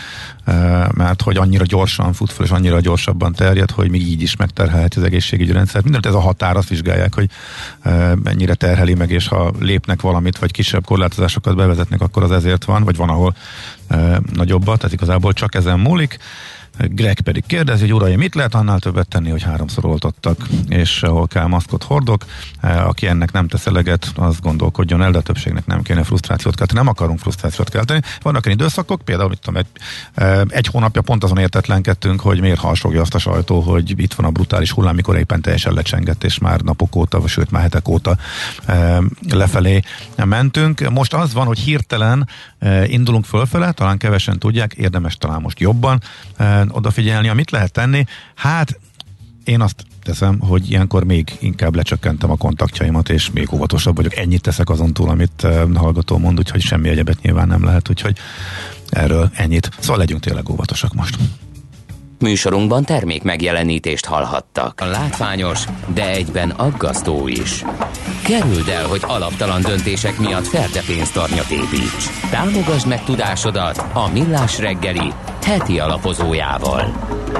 mert hogy annyira gyorsan fut fel, és annyira gyorsabban terjed, hogy még így is megterhelheti az egészségügyi rendszert. Mindent ez a határ, azt vizsgálják, hogy mennyire terheli meg, és ha lépnek valamit, vagy kisebb korlátozásokat bevezetnek, akkor az ezért van, vagy van, ahol nagyobbat, tehát igazából csak ezen múlik. Greg pedig kérdezi, hogy uraim, mit lehet annál többet tenni, hogy háromszor oltottak, és ahol kell maszkot hordok. Aki ennek nem tesz eleget, az gondolkodjon el, de a többségnek nem kéne frusztrációt kelteni. Nem akarunk frusztrációt kelteni. Vannak olyan időszakok, például mit tudom, egy, egy hónapja pont azon értetlenkedtünk, hogy miért harsogja azt a sajtó, hogy itt van a brutális hullám, mikor éppen teljesen lecsengett, és már napok óta, vagy sőt már hetek óta lefelé mentünk. Most az van, hogy hirtelen indulunk fölfele, talán kevesen tudják, érdemes talán most jobban odafigyelni, amit lehet tenni. Hát én azt teszem, hogy ilyenkor még inkább lecsökkentem a kontaktjaimat, és még óvatosabb vagyok. Ennyit teszek azon túl, amit hallgató mond, úgyhogy semmi egyebet nyilván nem lehet, úgyhogy erről ennyit. Szóval legyünk tényleg óvatosak most. Műsorunkban termék megjelenítést hallhattak. A látványos, de egyben aggasztó is. Kerüld el, hogy alaptalan döntések miatt ferdepénztarnyat építs. Támogasd meg tudásodat a Millás reggeli heti alapozójával.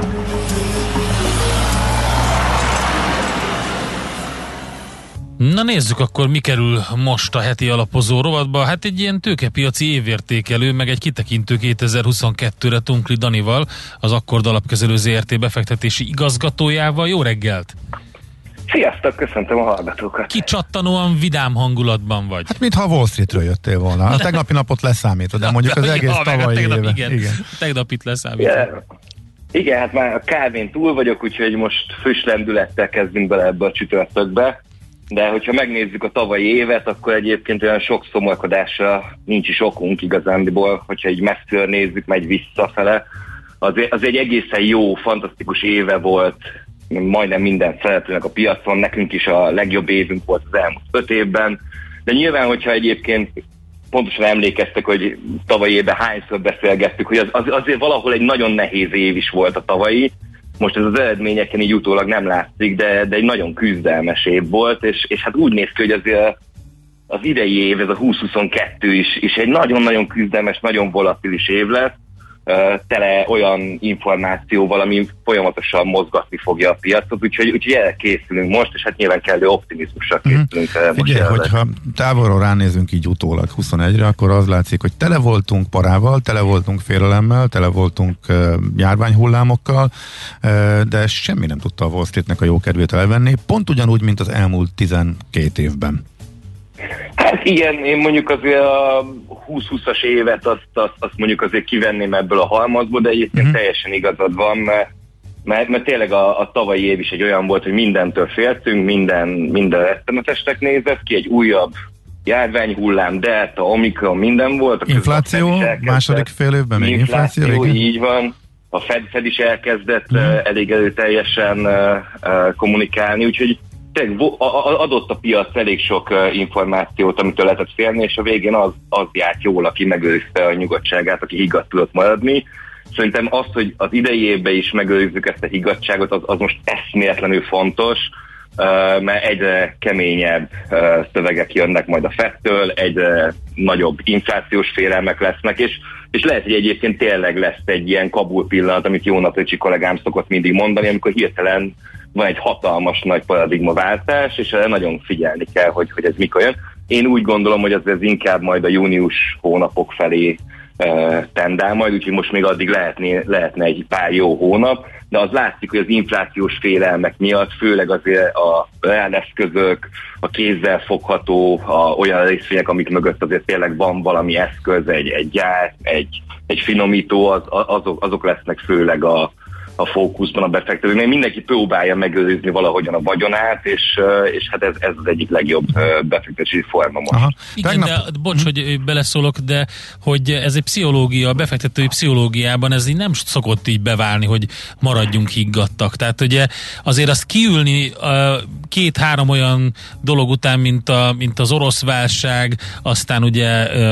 Na nézzük akkor, mi kerül most a heti alapozó rovatba. Hát egy ilyen tőkepiaci évértékelő, meg egy kitekintő kétezer-huszonkettőre Tunkli Danival, az Akkord Alapkezelő zé er té befektetési igazgatójával. Jó reggelt! Sziasztok, köszöntöm a hallgatókat! Kicsattanóan vidám hangulatban vagy. Hát mintha Wall Streetről jöttél volna. A tegnapi napot leszámítod, de mondjuk az ja, egész ja, tavalyi tegnap, éve. Igen, igen. Tegnapit leszámítod. Yeah. Igen, hát már a kávén túl vagyok, úgyhogy most friss lendülettel kezdünk bele ebbe a csütörtökbe. De hogyha megnézzük a tavalyi évet, akkor egyébként olyan sok szomorkodásra nincs is okunk igazándiból, hogyha így messziről nézzük, megy visszafele. Az, az egy egészen jó, fantasztikus éve volt majdnem minden szereplőnek a piacon, nekünk is a legjobb évünk volt az elmúlt öt évben, de nyilván, hogyha egyébként pontosan emlékeztek, hogy tavalyi évben hányszor beszélgettük, hogy az, az, azért valahol egy nagyon nehéz év is volt a tavalyi. Most ez az eredményeken így utólag nem látszik, de, de egy nagyon küzdelmes év volt, és, és hát úgy néz ki, hogy azért az idei év, ez a húsz huszonkettő is, is egy nagyon-nagyon küzdelmes, nagyon volatilis év lesz. tele olyan információval, ami folyamatosan mozgatni fogja a piacot, úgyhogy, úgyhogy erre készülünk most, és hát nyilván kellő optimizmussal készülünk. Mm-hmm. Figyelj, hogyha távolról ránézünk így utólag huszonegyre, akkor az látszik, hogy tele voltunk parával, tele voltunk félelemmel, tele voltunk uh, járványhullámokkal, uh, de semmi nem tudta a Wall Streetnek a jó kedvét elvenni, pont ugyanúgy, mint az elmúlt tizenkét évben. Hát igen, én mondjuk azért a húsz-húszas évet azt, azt, azt mondjuk azért kivenném ebből a halmazból, de egyébként uh-huh. teljesen igazad van, mert, mert, mert tényleg a, a tavalyi év is egy olyan volt, hogy mindentől féltünk, minden, minden rettenetesnek nézett ki, egy újabb járványhullám, delta, omikron, minden volt. Infláció, második fél évben még infláció, infláció így van. A Fed, Fed is elkezdett uh-huh. uh, elég erőteljesen uh, uh, kommunikálni, úgyhogy adott a piac elég sok információt, amitől lehetett félni, és a végén az, az járt jól, aki megőrizte a nyugodtságát, aki higgadt tudott maradni. Szerintem az, hogy az idei évben is megőrizzük ezt a higgadtságot, az, az most eszméletlenül fontos, mert egyre keményebb szövegek jönnek majd a Fedtől, egyre nagyobb inflációs félelmek lesznek, és, és lehet, hogy egyébként tényleg lesz egy ilyen Kabul pillanat, amit Jónap Öcsi kollégám szokott mindig mondani, amikor hirtelen van egy hatalmas nagy paradigmaváltás, és erre nagyon figyelni kell, hogy, hogy ez mikor jön. Én úgy gondolom, hogy ez, ez inkább majd a június hónapok felé e, tendál majd, úgyhogy most még addig lehetne, lehetne egy pár jó hónap, de az látszik, hogy az inflációs félelmek miatt, főleg azért a reáleszközök, a kézzel fogható, a, olyan részvények, amik mögött azért tényleg van valami eszköz, egy, egy gyár, egy, egy finomító, az, azok, azok lesznek főleg a a fókuszban a befektetők, mert mindenki próbálja megőrizni valahogyan a vagyonát, és, és hát ez, ez az egyik legjobb befektetési forma most. Aha. Igen, Tegnap... de bocs, hogy beleszólok, de hogy ez egy pszichológia, a befektetői pszichológiában ez így nem szokott így beválni, hogy maradjunk higgadtak. Tehát ugye azért azt kiülni két-három olyan dolog után, mint, a, mint az orosz válság, aztán ugye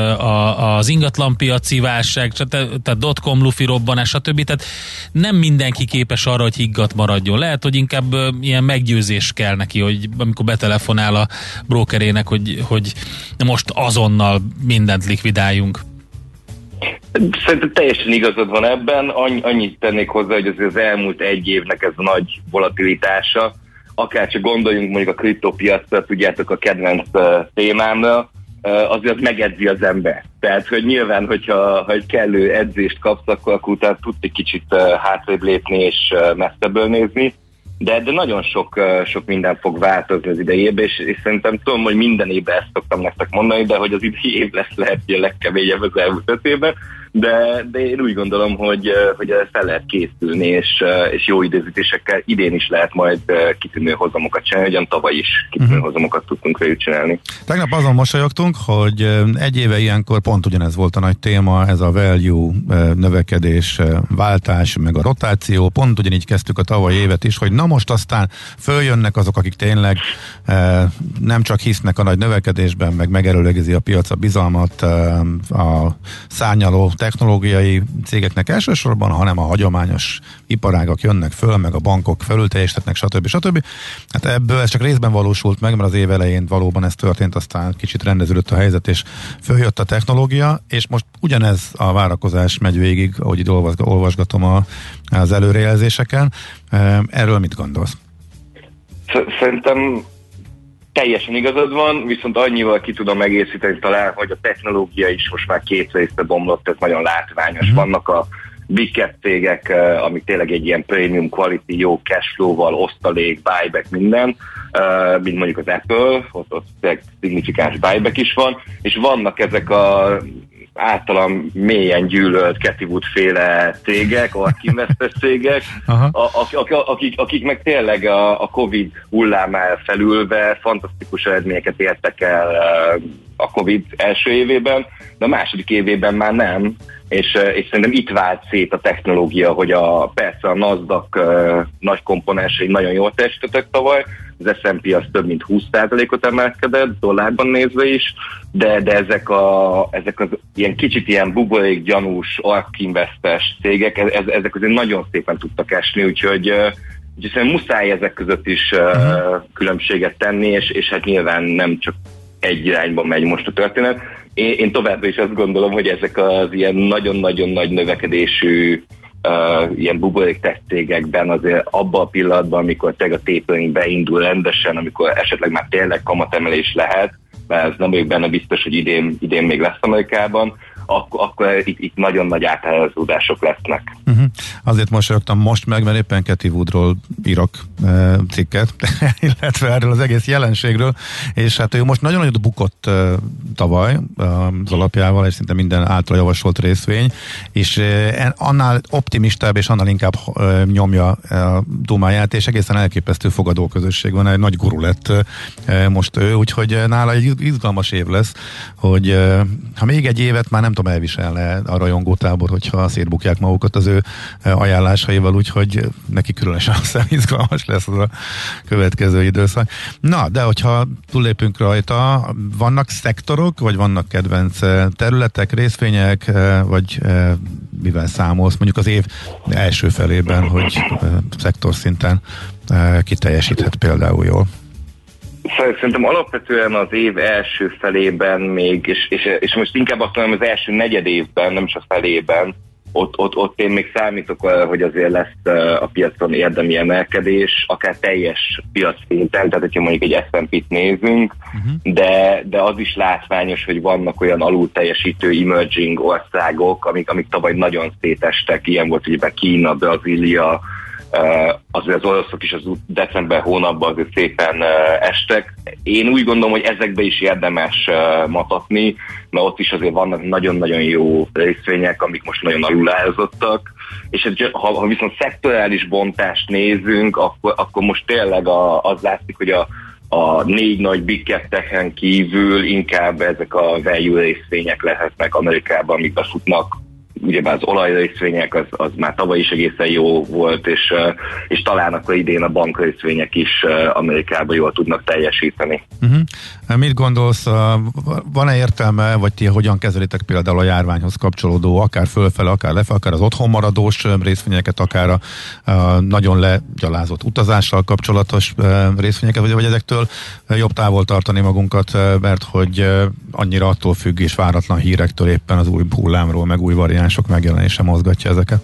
a, az ingatlanpiaci válság, tehát dotcom, lufi robbanás, stb. Tehát nem mindenki képes arra, hogy higgadt maradjon. Lehet, hogy inkább uh, ilyen meggyőzés kell neki, hogy amikor betelefonál a brokerének, hogy, hogy most azonnal mindent likvidáljunk. Szerintem teljesen igazad van ebben. Annyi, annyit tennék hozzá, hogy az, az elmúlt egy évnek ez a nagy volatilitása, akárcsak gondoljunk mondjuk a kriptopiacra, tudjátok, a kedvenc uh, témámra, uh, azért megedzi az ember. Tehát, hogy nyilván, hogyha ha egy kellő edzést kapsz, akkor, akkor utána tudsz egy kicsit uh, hátrébb lépni és uh, messzebből nézni, de, de nagyon sok, uh, sok minden fog változni az idei évben, és, és szerintem tudom, hogy minden évben ezt szoktam nektek mondani, de hogy az idei év lesz lehet, hogy a legkeményebb az elmúlt öt évben, de, de én úgy gondolom, hogy, hogy fel lehet készülni, és, és jó időzítésekkel idén is lehet majd kitűnő hozamokat csinálni, ugyan tavaly is kitűnő uh-huh. hozamokat tudtunk végül csinálni. Tegnap azon mosolyogtunk, hogy egy éve ilyenkor pont ugyanez volt a nagy téma, ez a value növekedés, váltás, meg a rotáció, pont ugyanígy kezdtük a tavalyi évet is, hogy na most aztán följönnek azok, akik tényleg nem csak hisznek a nagy növekedésben, meg megerőlegezi a piac a bizalmat, a szárnyaló technológiai cégeknek elsősorban, hanem a hagyományos iparágak jönnek föl, meg a bankok felülteljesítetnek, stb. stb. Hát ebből ez csak részben valósult meg, mert az év elején valóban ez történt, aztán kicsit rendeződött a helyzet, és följött a technológia, és most ugyanez a várakozás megy végig, ahogy itt olvasgatom a, az előrejelzéseken. Erről mit gondolsz? Szerintem teljesen igazad van, viszont annyival ki tudom egészíteni talán, hogy a technológia is most már két részre bomlott, ez nagyon látványos. Mm. Vannak a big cap cégek, amik tényleg egy ilyen premium quality, jó cashflow-val, osztalék, buyback, minden, mint mondjuk az Apple, ott, ott szignifikáns buyback is van, és vannak ezek a általam mélyen gyűlölt Cathie Wood féle cégek, arkinvestes cégek, a, a, a, akik, akik meg tényleg a, a Covid hullámán felülve fantasztikus eredményeket értek el a Covid első évében, de a második évében már nem, és, és szerintem itt vált szét a technológia, hogy a, persze a NASDAQ uh, nagy komponensei nagyon jól teljesítettek tavaly, az es and pé az több mint húsz százalékot emelkedett, dollárban nézve is, de, de ezek, a, ezek az ilyen kicsit ilyen buborék gyanús, arkinvestes cégek, ez, ezek azért nagyon szépen tudtak esni, úgyhogy, uh, úgyhogy szerintem muszáj ezek között is uh, uh-huh. különbséget tenni, és, és hát nyilván nem csak egy irányba megy most a történet. én, én továbbra is azt gondolom, hogy ezek az ilyen nagyon-nagyon nagy növekedésű Uh, ilyen buborék tech cégekben azért abban a pillanatban, amikor tényleg a tapering beindul rendesen, amikor esetleg már tényleg kamatemelés lehet, mert ez nem vagyok benne biztos, hogy idén, idén még lesz Amerikában, akkor, akkor itt, itt nagyon nagy áthelyeződések lesznek. Uh-huh. Azért mosolyogtam most meg, mert éppen Cathie Woodról írok e, cikket, illetve erről az egész jelenségről, és hát ő most nagyon nagyot bukott e, tavaly az alapjával, és szinte minden által javasolt részvény, és e, annál optimistább és annál inkább e, nyomja a dumáját, és egészen elképesztő fogadóközösség van, egy nagy guru lett e, most ő, úgyhogy nála egy izgalmas év lesz, hogy e, ha még egy évet már nem tudom elviselne a rajongótábor, hogyha szétbukják magukat az ő ajánlásaival, úgyhogy neki különösen aztán izgalmas lesz az a következő időszak. Na, de hogyha túllépünk rajta, vannak szektorok, vagy vannak kedvenc területek, részvények, vagy mivel számolsz mondjuk az év első felében, hogy szektor szinten kiteljesíthet például jól? Szerintem alapvetően az év első felében még, és, és, és most inkább azt mondom, az első negyed évben, nem is a felében, ott, ott, ott én még számítok, hogy azért lesz a piacon érdemi emelkedés, akár teljes piacszinten, tehát hogyha mondjuk egy es and pé-t nézünk, uh-huh. de, de az is látványos, hogy vannak olyan alul teljesítő emerging országok, amik, amik tavaly nagyon szétestek, ilyen volt ugye Kína, Brazília, Uh, azért az oroszok is az december hónapban azért szépen uh, estek. Én úgy gondolom, hogy ezekbe is érdemes uh, matatni, mert ott is azért vannak nagyon-nagyon jó részvények, amik most nagyon alulározottak, és ha, ha viszont szektorális bontást nézünk, akkor, akkor most tényleg a, az látszik, hogy a, a négy nagy big cap tech-en kívül inkább ezek a value részvények lehetnek Amerikában, amik befutnak. Ugyebár az olajrészvények az, az már tavaly is egészen jó volt, és, és talán akkor idén a bankrészvények is Amerikában jól tudnak teljesíteni. Uh-huh. Mit gondolsz, van-e értelme, vagy ti hogyan kezelitek például a járványhoz kapcsolódó, akár fölfele, akár lefelé, akár az otthonmaradós részvényeket, akár a, a nagyon legyalázott utazással kapcsolatos részvényeket, vagy, vagy ezektől jobb távol tartani magunkat, mert hogy annyira attól függ és váratlan hírektől éppen az új hullámról, meg új variánsok megjelenése mozgatja ezeket?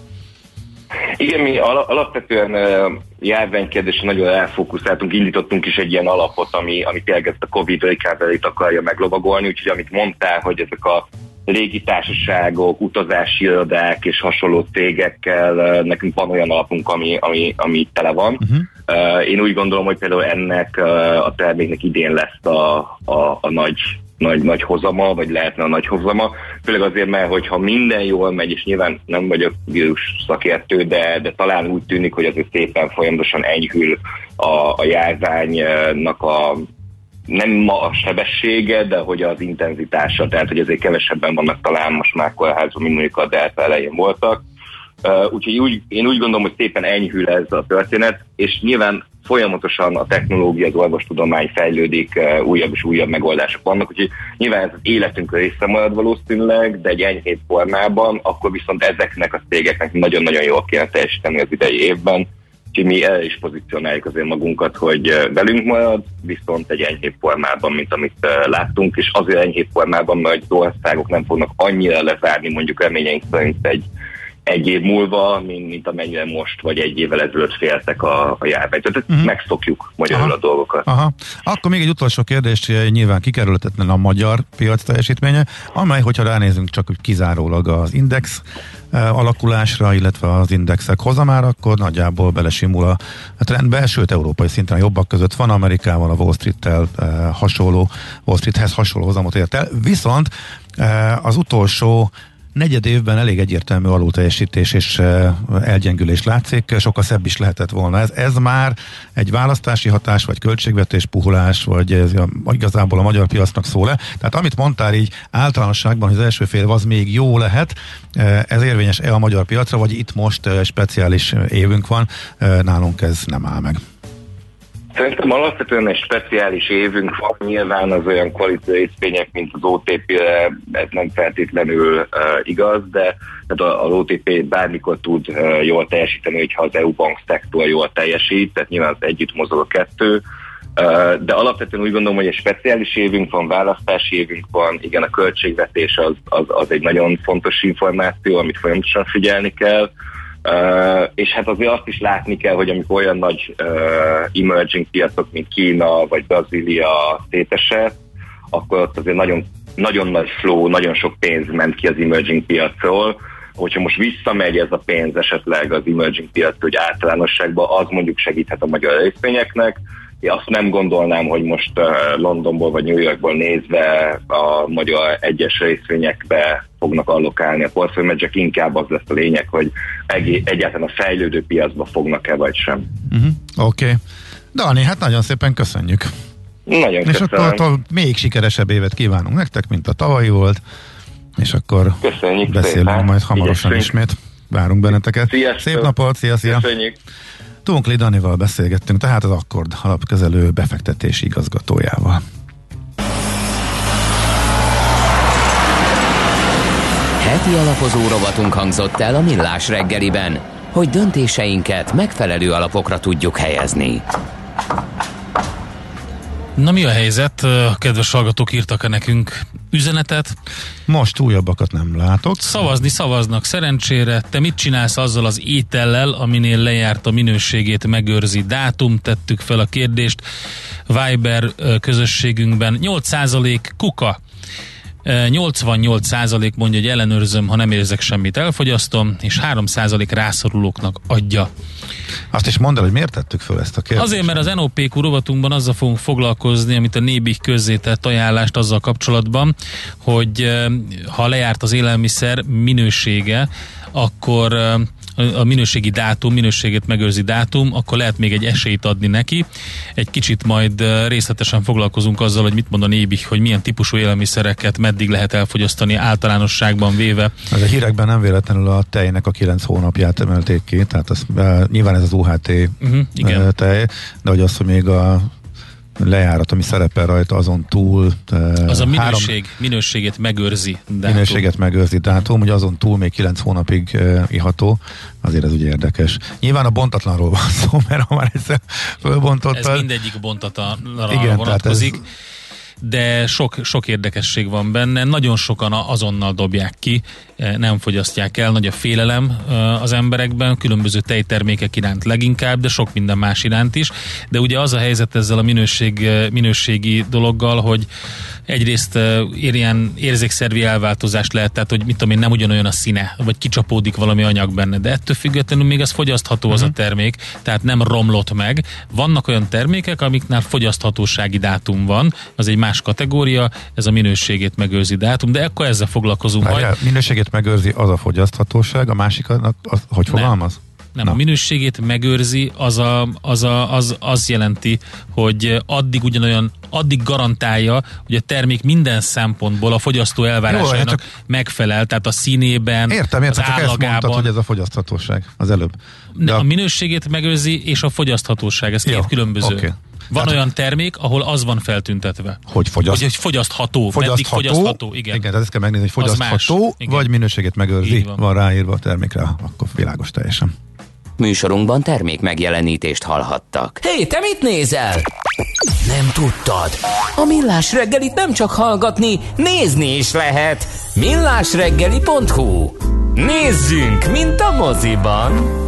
Igen, mi alapvetően járványkérdésre nagyon elfókuszáltunk, indítottunk is egy ilyen alapot, ami, ami tényleg ezt a Covid recovery-t akarja meglovagolni, úgyhogy amit mondtál, hogy ezek a légitársaságok, utazási irodák és hasonló cégekkel nekünk van olyan alapunk, ami, ami, ami tele van. Uh-huh. Én úgy gondolom, hogy például ennek a terméknek idén lesz a, a, a nagy Nagy, nagy hozama, vagy lehetne a nagy hozama. Főleg azért, mert hogyha minden jól megy, és nyilván nem vagyok vírus szakértő, de, de talán úgy tűnik, hogy azért szépen folyamatosan enyhül a, a járványnak a nem ma a sebessége, de hogy az intenzitása, tehát hogy azért kevesebben vannak talán most már kórházban, mint mondjuk a delta elején voltak. Uh, úgyhogy úgy, én úgy gondolom, hogy szépen enyhül ez a történet, és nyilván folyamatosan a technológia, az orvostudomány fejlődik, uh, újabb és újabb megoldások vannak, úgyhogy nyilván ez az életünk része marad valószínűleg, de egy enyhébb formában, akkor viszont ezeknek a cégeknek nagyon-nagyon jól kéne teljesíteni az idei évben, úgyhogy mi el is pozícionáljuk azért magunkat, hogy velünk marad, viszont egy enyhébb formában, mint amit uh, láttunk, és azért enyhébb formában, mert az országok nem fognak annyira lezárni, mondjuk reményeink szerint egy egy év múlva, mint, mint amennyire most, vagy egy évvel ezelőtt féltek a, a járvány. Tehát uh-huh. megszokjuk magyarul a dolgokat. Aha. Akkor még egy utolsó kérdés, nyilván kikerülhetetlen a magyar piac teljesítménye, amely, hogyha ránézünk csak kizárólag az index uh, alakulásra, illetve az indexek hozamára, akkor nagyjából belesimul a trendbe, sőt, európai szinten a jobbak között van, Amerikával, a Wall Street-tel uh, hasonló, Wall Streethez hasonló hozamot ért el, viszont uh, az utolsó negyed évben elég egyértelmű alulteljesítés és elgyengülés látszik, sokkal szebb is lehetett volna. Ez, ez már egy választási hatás, vagy költségvetés puhulás, vagy ez igazából a magyar piacnak szól-e. Tehát amit mondtál így általánosságban, hogy az első fél az még jó lehet, ez érvényes-e a magyar piacra, vagy itt most speciális évünk van, nálunk ez nem áll meg? Szerintem alapvetően egy speciális évünk van, nyilván az olyan kvalitási részvények, mint az o té pé-re, ez nem feltétlenül uh, igaz, de tehát az o té pé bármikor tud uh, jól teljesíteni, hogyha az é u bank szektor jól teljesít, tehát nyilván az együtt mozog a kettő. De alapvetően úgy gondolom, hogy egy speciális évünk van, választási évünk van, igen, a költségvetés az, az, az egy nagyon fontos információ, amit folyamatosan figyelni kell, és hát azért azt is látni kell, hogy amikor olyan nagy emerging piacok, mint Kína vagy Brazília szétesett, akkor ott azért nagyon, nagyon nagy flow, nagyon sok pénz ment ki az emerging piacról. Hogyha most visszamegy ez a pénz esetleg az emerging piac, hogy általánosságban, az mondjuk segíthet a magyar részvényeknek. Én azt nem gondolnám, hogy most Londonból vagy New Yorkból nézve a magyar egyes részvényekbe fognak allokálni a portfólió, mert csak inkább az lesz a lényeg, hogy egyáltalán a fejlődő piacba fognak-e vagy sem. Uh-huh. Oké. Okay. Dani, hát nagyon szépen köszönjük. Nagyon és köszönöm. akkor attól még sikeresebb évet kívánunk nektek, mint a tavalyi volt, és akkor köszönjük beszélünk szépen. Majd hamarosan Igyekszünk. Ismét. Várunk benneteket. Sziasztok. Szép napot, szia, szia. Köszönjük. Tunkli Danival beszélgettünk, tehát az Akkord alapkezelő befektetési igazgatójával. Heti alapozó rovatunk hangzott el a Millás reggeliben, hogy döntéseinket megfelelő alapokra tudjuk helyezni. Na mi a helyzet? A kedves hallgatók írtak-e nekünk üzenetet? Most újabbakat nem látok. Szavazni szavaznak szerencsére. Te mit csinálsz azzal az étellel, aminél lejárt a minőségét megőrzi dátum? Tettük fel a kérdést Viber közösségünkben. nyolc százalék kuka. nyolcvannyolc százalék mondja, hogy ellenőrzöm, ha nem érzek semmit, elfogyasztom, és három százalék rászorulóknak adja. Azt is mondd el, hogy miért tettük föl ezt a kérdést? Azért, mert az en o pé kú rovatunkban azzal fogunk foglalkozni, amit a Nébih közzétett ajánlást azzal kapcsolatban, hogy ha lejárt az élelmiszer minősége, akkor a minőségi dátum, minőségét megőrzi dátum, akkor lehet még egy esélyt adni neki. Egy kicsit majd részletesen foglalkozunk azzal, hogy mit mond a Nébih, hogy milyen típusú élelmiszereket meddig lehet elfogyasztani általánosságban véve. Ez a hírekben nem véletlenül a tejnek a kilenc hónapját emelték ki, tehát az, nyilván ez az u há té uh-huh, tej, de hogy az, hogy még a lejárat, ami szerepel rajta, azon túl... Az a minőség, három, minőségét megőrzi dátum. Minőséget megőrzi dátum, hogy azon túl még kilenc hónapig uh, iható, azért ez ugye érdekes. Nyilván a bontatlanról van szó, mert ha már egyszer fölbontottad... Ez mindegyik bontatlanra vonatkozik. Ez... de sok, sok érdekesség van benne, nagyon sokan azonnal dobják ki, nem fogyasztják el, nagy a félelem az emberekben, különböző tejtermékek iránt leginkább, de sok minden más iránt is, de ugye az a helyzet ezzel a minőség, minőségi dologgal, hogy egyrészt ilyen érzékszervi elváltozást lehet, tehát hogy mit tudom én, nem ugyanolyan a színe, vagy kicsapódik valami anyag benne, de ettől függetlenül még ez fogyasztható uh-huh. az a termék, tehát nem romlott meg. Vannak olyan termékek, amiknál fogyaszthatósági dátum van, az egy más kategória, ez a minőségét megőrzi dátum, de akkor ezzel foglalkozunk Várjál, majd. Minőségét megőrzi az a fogyaszthatóság, a másik az, az hogy fogalmaz? Nem, Na. a minőségét megőrzi, az, a, az, a, az, az jelenti, hogy addig ugyanolyan, addig garantálja, hogy a termék minden szempontból a fogyasztó elvárásainak Jó, csak... megfelel, tehát a színében, értem, értem, az csak állagában. Ezt mondtad, hogy ez a fogyaszthatóság az előbb. De a... a minőségét megőrzi, és a fogyaszthatóság, ez két különböző. Okay. Van tehát, olyan termék, ahol az van feltüntetve. Hogy, fogyaszt... hogy fogyasztható. Fogyasztható. fogyasztható igen. igen, tehát ezt kell megnézni, hogy fogyasztható, vagy minőségét megőrzi, van. van ráírva a termékre, akkor világos teljesen. Műsorunkban termék megjelenítést hallhattak. Hé, hey, te mit nézel? Nem tudtad? A Millás reggelit nem csak hallgatni, nézni is lehet. millásreggeli pont hu. Nézzünk, mint a moziban!